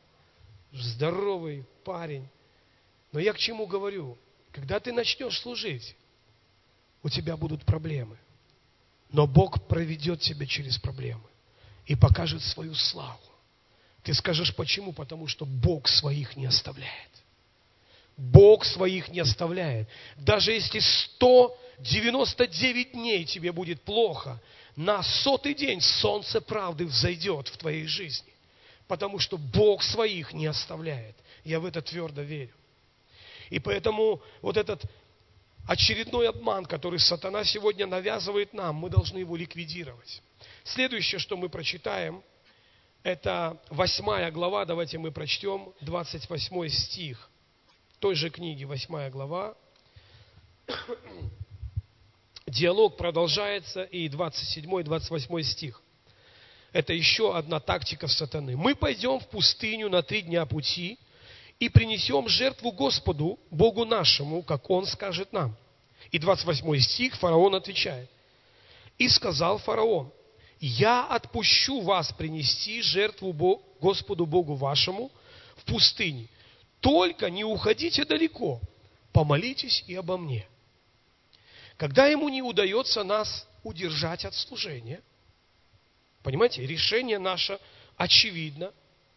Здоровый парень. Но я к чему говорю? Когда ты начнешь служить, у тебя будут проблемы. Но Бог проведет тебя через проблемы и покажет свою славу. Ты скажешь, почему? Потому что Бог своих не оставляет. Бог своих не оставляет. Даже если сто девяносто девять дней тебе будет плохо, на сотый день солнце правды взойдет в твоей жизни. Потому что Бог своих не оставляет. Я в это твердо верю. И поэтому вот этот очередной обман, который сатана сегодня навязывает нам, мы должны его ликвидировать. Следующее, что мы прочитаем, это восьмая глава, давайте мы прочтем двадцать восьмой стих той же книги, восьмая глава. Диалог продолжается, и двадцать седьмой двадцать восьмой стих. Это еще одна тактика сатаны. «Мы пойдем в пустыню на три дня пути и принесем жертву Господу, Богу нашему, как Он скажет нам». И двадцать восьмой стих, фараон отвечает. «И сказал фараон: я отпущу вас принести жертву Господу Богу вашему в пустыне. Только не уходите далеко, помолитесь и обо мне». Когда ему не удается нас удержать от служения, понимаете, решение наше очевидно,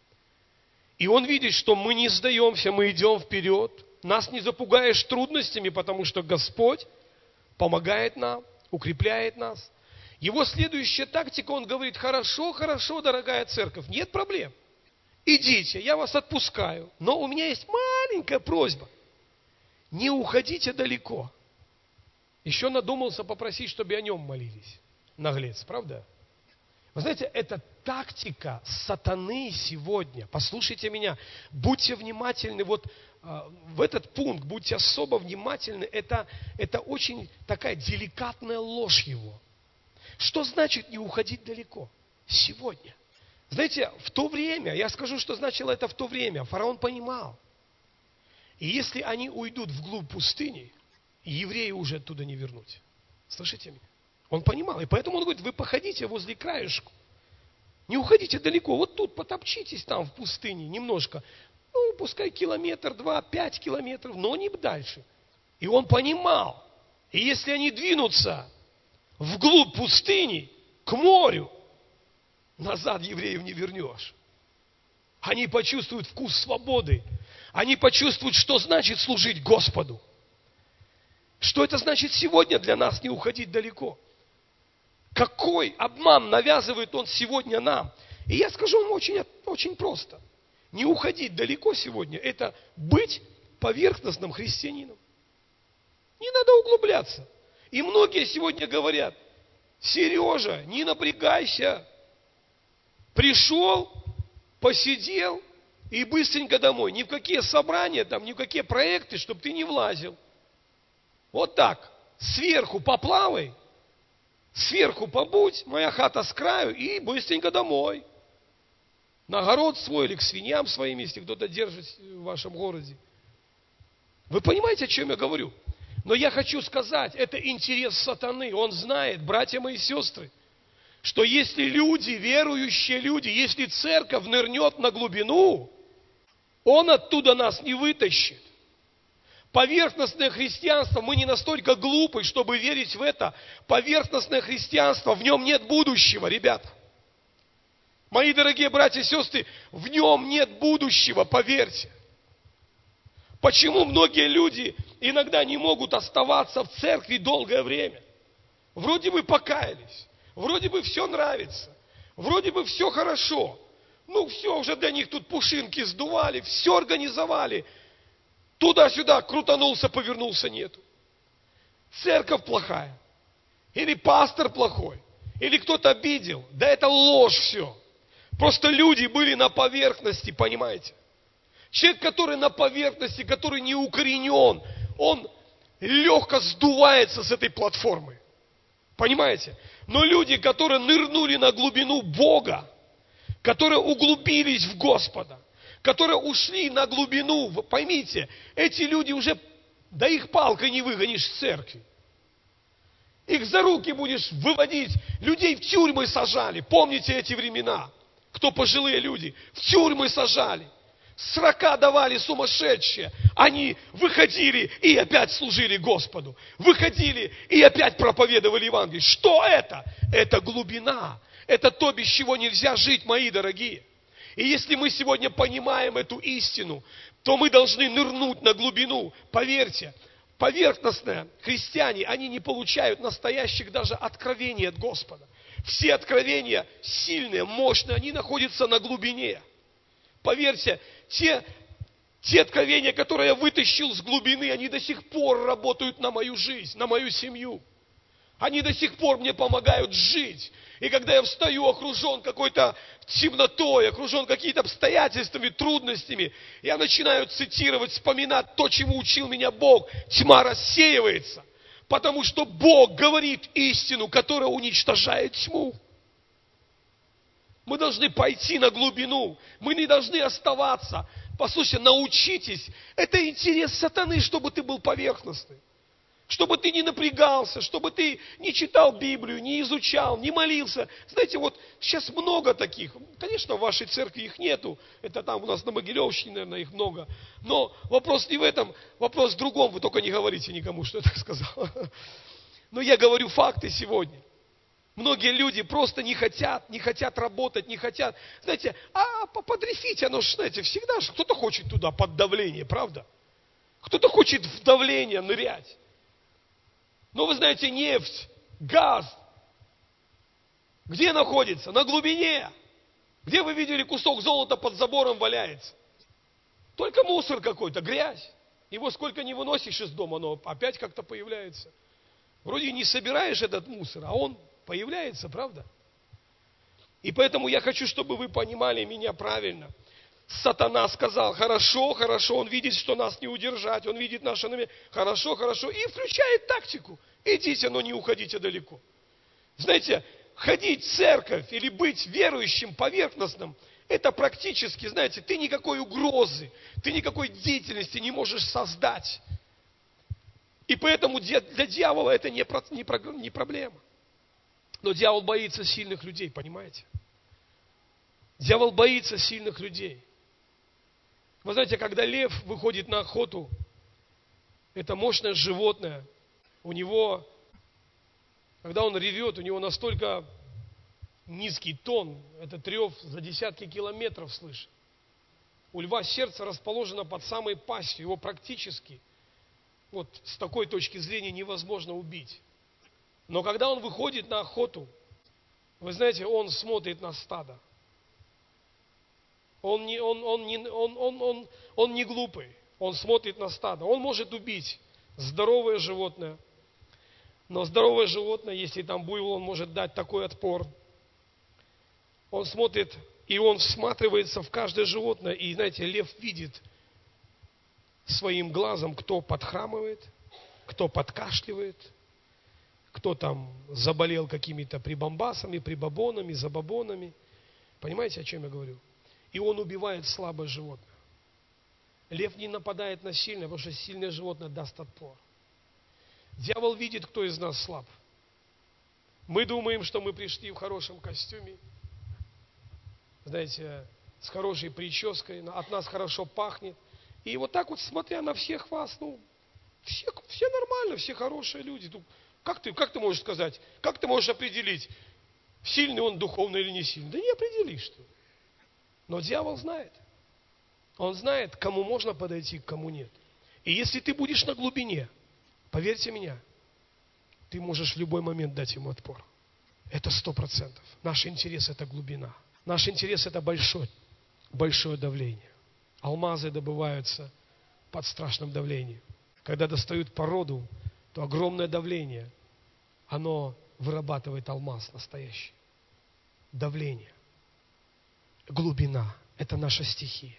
и он видит, что мы не сдаемся, мы идем вперед, нас не запугаешь трудностями, потому что Господь помогает нам, укрепляет нас. Его следующая тактика, он говорит: хорошо, хорошо, дорогая церковь, нет проблем. Идите, я вас отпускаю. Но у меня есть маленькая просьба. Не уходите далеко. Еще надумался попросить, чтобы о нем молились. Наглец, правда? Вы знаете, это тактика сатаны сегодня. Послушайте меня. Будьте внимательны. Вот э, в этот пункт, будьте особо внимательны. Это, это очень такая деликатная ложь его. Что значит не уходить далеко? Сегодня. Знаете, в то время, я скажу, что значило это в то время, фараон понимал. И если они уйдут вглубь пустыни, евреи уже оттуда не вернуть. Слышите меня? Он понимал. И поэтому он говорит: вы походите возле краешку. Не уходите далеко. Вот тут потопчитесь там в пустыне немножко. Ну, пускай километр, два, пять километров, но не дальше. И он понимал. И если они двинутся вглубь пустыни, к морю, назад евреев не вернешь. Они почувствуют вкус свободы. Они почувствуют, что значит служить Господу. Что это значит сегодня для нас не уходить далеко? Какой обман навязывает он сегодня нам? И я скажу вам очень, очень просто. Не уходить далеко сегодня – это быть поверхностным христианином. Не надо углубляться. И многие сегодня говорят: Сережа, не напрягайся. Пришел, посидел и быстренько домой. Ни в какие собрания, там, ни в какие проекты, чтобы ты не влазил. Вот так. Сверху поплавай, сверху побудь, моя хата с краю, и быстренько домой. На огород свой или к свиньям своим, если кто-то держит в вашем городе. Вы понимаете, о чем я говорю? Но я хочу сказать, это интерес сатаны. Он знает, братья мои и сестры, что если люди, верующие люди, если церковь нырнет на глубину, он оттуда нас не вытащит. Поверхностное христианство, мы не настолько глупы, чтобы верить в это. Поверхностное христианство, в нем нет будущего, ребята. Мои дорогие братья и сестры, в нем нет будущего, поверьте. Почему многие люди иногда не могут оставаться в церкви долгое время? Вроде бы покаялись, вроде бы все нравится, вроде бы все хорошо. Ну все, уже для них тут пушинки сдували, все организовали. Туда-сюда крутанулся, повернулся, нету. Церковь плохая. Или пастор плохой. Или кто-то обидел. Да это ложь все. Просто люди были на поверхности, понимаете? Человек, который на поверхности, который не укоренен, он легко сдувается с этой платформы. Понимаете? Но люди, которые нырнули на глубину Бога, которые углубились в Господа, которые ушли на глубину, вы поймите, эти люди уже, да их палкой не выгонишь с церкви. Их за руки будешь выводить. Людей в тюрьмы сажали. Помните эти времена? Кто пожилые люди? В тюрьмы сажали. Срока давали сумасшедшие. Они выходили и опять служили Господу. Выходили и опять проповедовали Евангелие. Что это? Это глубина. Это то, без чего нельзя жить, мои дорогие. И если мы сегодня понимаем эту истину, то мы должны нырнуть на глубину. Поверьте, поверхностные христиане, они не получают настоящих даже откровений от Господа. Все откровения сильные, мощные, они находятся на глубине. Поверьте, те, те откровения, которые я вытащил с глубины, они до сих пор работают на мою жизнь, на мою семью. Они до сих пор мне помогают жить. И когда я встаю, окружен какой-то темнотой, окружен какими-то обстоятельствами, трудностями, я начинаю цитировать, вспоминать то, чему учил меня Бог. Тьма рассеивается, потому что Бог говорит истину, которая уничтожает тьму. Мы должны пойти на глубину. Мы не должны оставаться. Послушайте, научитесь. Это интерес сатаны, чтобы ты был поверхностный. Чтобы ты не напрягался, чтобы ты не читал Библию, не изучал, не молился. Знаете, вот сейчас много таких. Конечно, в вашей церкви их нету. Это там у нас на Могилевщине, наверное, их много. Но вопрос не в этом, вопрос в другом. Вы только не говорите никому, что я так сказал. Но я говорю факты сегодня. Многие люди просто не хотят, не хотят работать, не хотят. Знаете, а подрефить, оно же, знаете, всегда же кто-то хочет туда под давление, правда? Кто-то хочет в давление нырять. Но вы знаете, нефть, газ, где находится? На глубине. Где вы видели кусок золота под забором валяется? Только мусор какой-то, грязь. Его сколько не выносишь из дома, но опять как-то появляется. Вроде не собираешь этот мусор, а он появляется, правда? И поэтому я хочу, чтобы вы понимали меня правильно. Сатана сказал, хорошо, хорошо, он видит, что нас не удержать, он видит наше намерение, хорошо, хорошо, и включает тактику. Идите, но не уходите далеко. Знаете, ходить в церковь или быть верующим поверхностным, это практически, знаете, ты никакой угрозы, ты никакой деятельности не можешь создать. И поэтому для дьявола это не проблема. Но дьявол боится сильных людей, понимаете? Дьявол боится сильных людей. Вы знаете, когда лев выходит на охоту, это мощное животное, у него, когда он ревет, у него настолько низкий тон, этот рев за десятки километров слышит. У льва сердце расположено под самой пастью, его практически, вот с такой точки зрения, невозможно убить. Но когда он выходит на охоту, вы знаете, он смотрит на стадо. Он не, он, он, не, он, он, он, он не глупый, он смотрит на стадо. Он может убить здоровое животное, но здоровое животное, если там буйвол, он может дать такой отпор. Он смотрит, и он всматривается в каждое животное. И, знаете, лев видит своим глазом, кто подхрамывает, кто подкашливает, кто там заболел какими-то прибамбасами, прибабонами, забабонами. Понимаете, о чем я говорю? И он убивает слабое животное. Лев не нападает на сильное, потому что сильное животное даст отпор. Дьявол видит, кто из нас слаб. Мы думаем, что мы пришли в хорошем костюме, знаете, с хорошей прической, от нас хорошо пахнет. И вот так вот, смотря на всех вас, ну, все, все нормально, все хорошие люди. Как ты, как ты можешь сказать, как ты можешь определить, сильный он духовно или не сильный? Да не определишь ты. Но дьявол знает. Он знает, кому можно подойти, к кому нет. И если ты будешь на глубине, поверьте мне, ты можешь в любой момент дать ему отпор. Это сто процентов. Наш интерес – это глубина. Наш интерес – это большое, большое давление. Алмазы добываются под страшным давлением. Когда достают породу, то огромное давление, оно вырабатывает алмаз настоящий. Давление. Глубина – это наша стихия.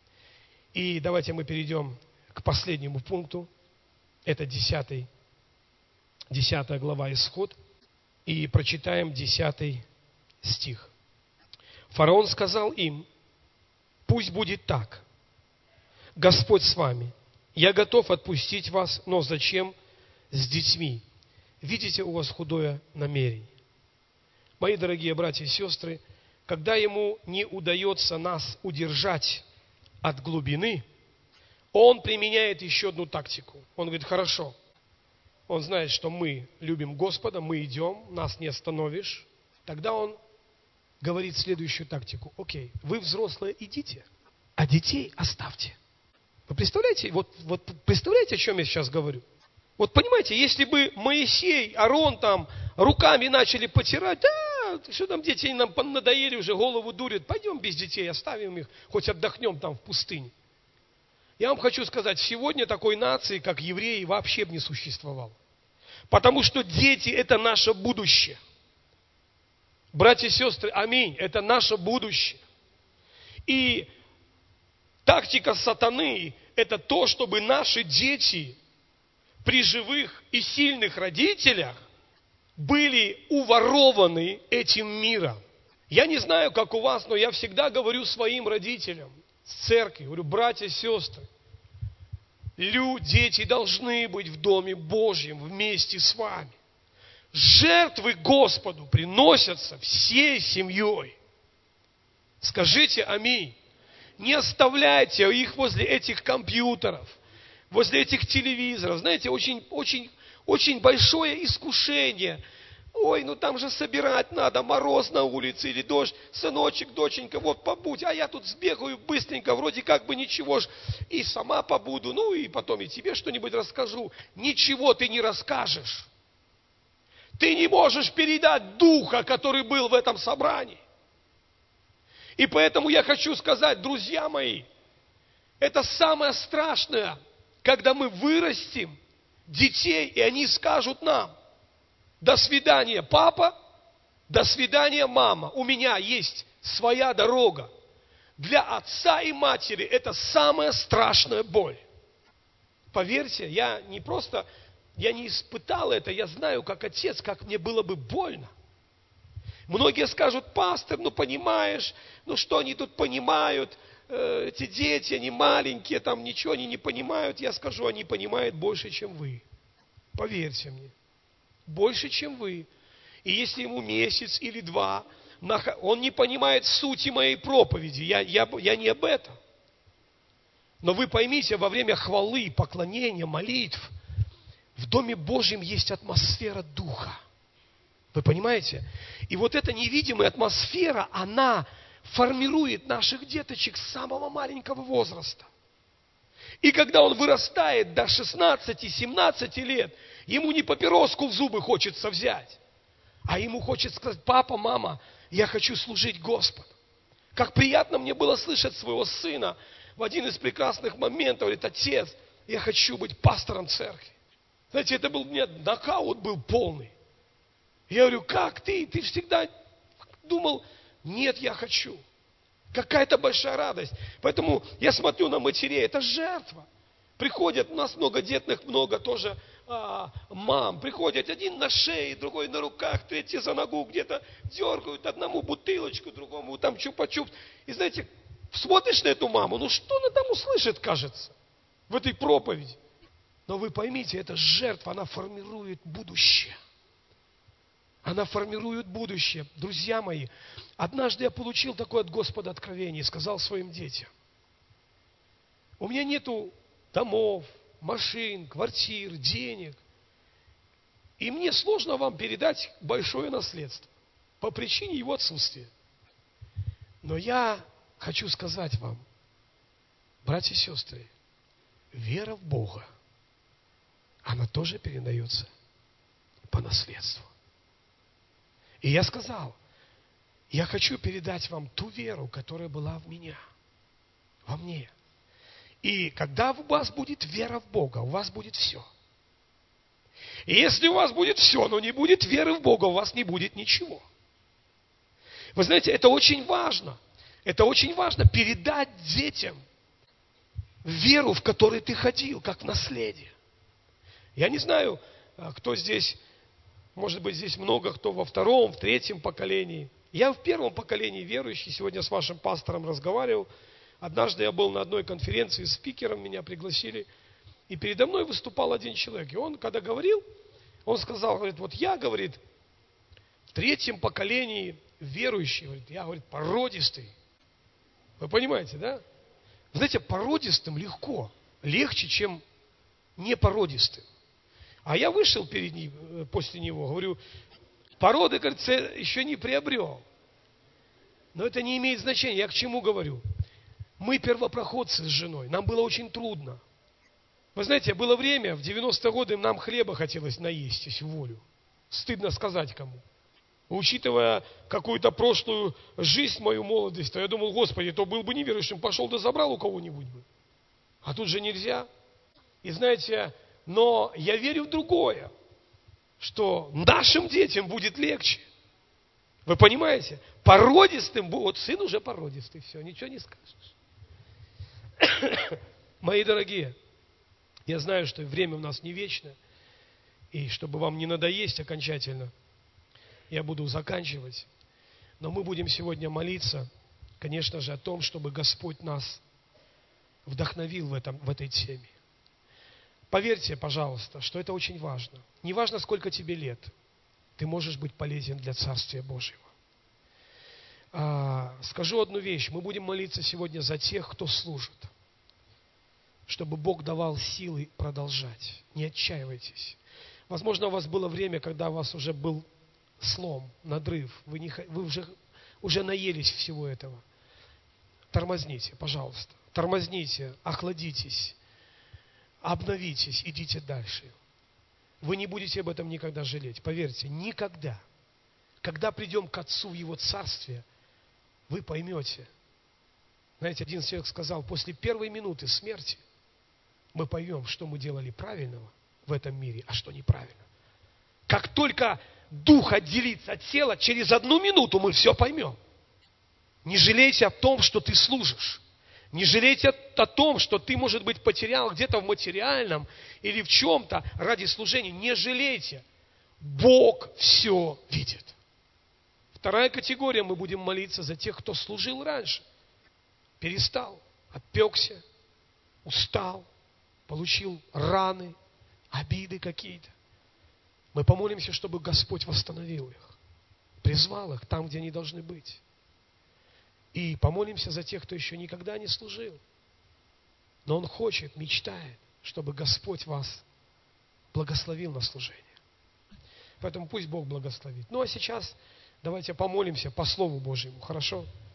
И давайте мы перейдем к последнему пункту. Это десятый, десятая глава Исход. И прочитаем десятый стих. Фараон сказал им: пусть будет так. Господь с вами. Я готов отпустить вас, но зачем с детьми? Видите, у вас худое намерение. Мои дорогие братья и сестры, когда ему не удается нас удержать от глубины, он применяет еще одну тактику. Он говорит, хорошо, он знает, что мы любим Господа, мы идем, нас не остановишь. Тогда он говорит следующую тактику. Окей, вы, взрослые, идите, а детей оставьте. Вы представляете, вот, вот представляете, о чем я сейчас говорю? Вот понимаете, если бы Моисей, Аарон там руками начали потирать, да, что там дети нам надоели, уже голову дурят, пойдем без детей, оставим их, хоть отдохнем там в пустыне. Я вам хочу сказать, сегодня такой нации, как евреи, вообще бы не существовало. Потому что дети – это наше будущее. Братья и сестры, аминь, это наше будущее. И тактика сатаны – это то, чтобы наши дети при живых и сильных родителях были уворованы этим миром. Я не знаю, как у вас, но я всегда говорю своим родителям с церкви, говорю, братья и сестры, люди, дети должны быть в Доме Божьем вместе с вами. Жертвы Господу приносятся всей семьей. Скажите аминь. Не оставляйте их возле этих компьютеров, возле этих телевизоров. Знаете, очень, очень, очень большое искушение. Ой, ну там же собирать надо, мороз на улице или дождь. Сыночек, доченька, вот побудь, а я тут сбегаю быстренько, вроде как бы ничего ж, и сама побуду, ну и потом и тебе что-нибудь расскажу. Ничего ты не расскажешь. Ты не можешь передать духа, который был в этом собрании. И поэтому я хочу сказать, друзья мои, это самое страшное, когда мы вырастим детей, и они скажут нам, до свидания, папа, до свидания, мама. У меня есть своя дорога. Для отца и матери это самая страшная боль. Поверьте, я не просто, я не испытал это, я знаю, как отец, как мне было бы больно. Многие скажут, пастор, ну понимаешь, ну что они тут понимают, э, эти дети, они маленькие, там ничего они не понимают. Я скажу, они понимают больше, чем вы. Поверьте мне. Больше, чем вы. И если ему месяц или два, он не понимает сути моей проповеди. Я, я, я не об этом. Но вы поймите, во время хвалы, поклонения, молитв, в Доме Божьем есть атмосфера Духа. Вы понимаете? И вот эта невидимая атмосфера, она формирует наших деточек с самого маленького возраста. И когда он вырастает до шестнадцати-семнадцати лет, ему не папироску в зубы хочется взять, а ему хочется сказать, папа, мама, я хочу служить Господу. Как приятно мне было слышать своего сына в один из прекрасных моментов, говорит, отец, я хочу быть пастором церкви. Знаете, это был, у меня нокаут был полный. Я говорю, как ты? Ты всегда думал, нет, я хочу. Какая-то большая радость. Поэтому я смотрю на матерей, это жертва. Приходят, у нас многодетных много тоже а, мам. Приходят один на шее, другой на руках, третий за ногу где-то дергают. Одному бутылочку, другому там чупа-чуп. И знаете, смотришь на эту маму, ну что она там услышит, кажется, в этой проповеди. Но вы поймите, эта жертва, она формирует будущее. Она формирует будущее. Друзья мои, однажды я получил такое от Господа откровение и сказал своим детям. У меня нету домов, машин, квартир, денег. И мне сложно вам передать большое наследство по причине его отсутствия. Но я хочу сказать вам, братья и сестры, вера в Бога, она тоже передается по наследству. И я сказал, я хочу передать вам ту веру, которая была в меня, во мне. И когда у вас будет вера в Бога, у вас будет все. И если у вас будет все, но не будет веры в Бога, у вас не будет ничего. Вы знаете, это очень важно. Это очень важно передать детям веру, в которой ты ходил, как в наследие. Я не знаю, кто здесь... Может быть, здесь много кто во втором, в третьем поколении. Я в первом поколении верующий. Сегодня с вашим пастором разговаривал. Однажды я был на одной конференции с спикером, меня пригласили. И передо мной выступал один человек. И он, когда говорил, он сказал, говорит, вот я, говорит, в третьем поколении верующий. Говорит, я, говорит, породистый. Вы понимаете, да? Знаете, породистым легко, легче, чем непородистым. А я вышел перед ним, после него, говорю, породы, кажется, еще не приобрел. Но это не имеет значения. Я к чему говорю? Мы первопроходцы с женой. Нам было очень трудно. Вы знаете, было время, в девяностые годы нам хлеба хотелось наесть, если волю. Стыдно сказать кому. Учитывая какую-то прошлую жизнь, мою молодость, то я думал, Господи, то был бы неверующим, пошел да забрал у кого-нибудь бы. А тут же нельзя. И знаете, но я верю в другое, что нашим детям будет легче. Вы понимаете? Породистым, вот сын уже породистый, все, ничего не скажешь. Мои дорогие, я знаю, что время у нас не вечно, и чтобы вам не надоесть окончательно, я буду заканчивать. Но мы будем сегодня молиться, конечно же, о том, чтобы Господь нас вдохновил в, этом, в этой теме. Поверьте, пожалуйста, что это очень важно. Не важно, сколько тебе лет, ты можешь быть полезен для Царствия Божьего. А, скажу одну вещь. Мы будем молиться сегодня за тех, кто служит, чтобы Бог давал силы продолжать. Не отчаивайтесь. Возможно, у вас было время, когда у вас уже был слом, надрыв. Вы, не, вы уже, уже наелись всего этого. Тормозните, пожалуйста. Тормозните, охладитесь, обновитесь, идите дальше. Вы не будете об этом никогда жалеть. Поверьте, никогда. Когда придем к Отцу в Его Царствие, вы поймете. Знаете, один человек сказал, после первой минуты смерти мы поймем, что мы делали правильного в этом мире, а что неправильно. Как только дух отделится от тела, через одну минуту мы все поймем. Не жалейте о том, что ты служишь. Не жалейте о том, что ты, может быть, потерял где-то в материальном или в чем-то ради служения. Не жалейте. Бог все видит. Вторая категория, мы будем молиться за тех, кто служил раньше. Перестал, отпекся, устал, получил раны, обиды какие-то. Мы помолимся, чтобы Господь восстановил их, призвал их там, где они должны быть. И помолимся за тех, кто еще никогда не служил. Но он хочет, мечтает, чтобы Господь вас благословил на служение. Поэтому пусть Бог благословит. Ну а сейчас давайте помолимся по Слову Божьему, хорошо?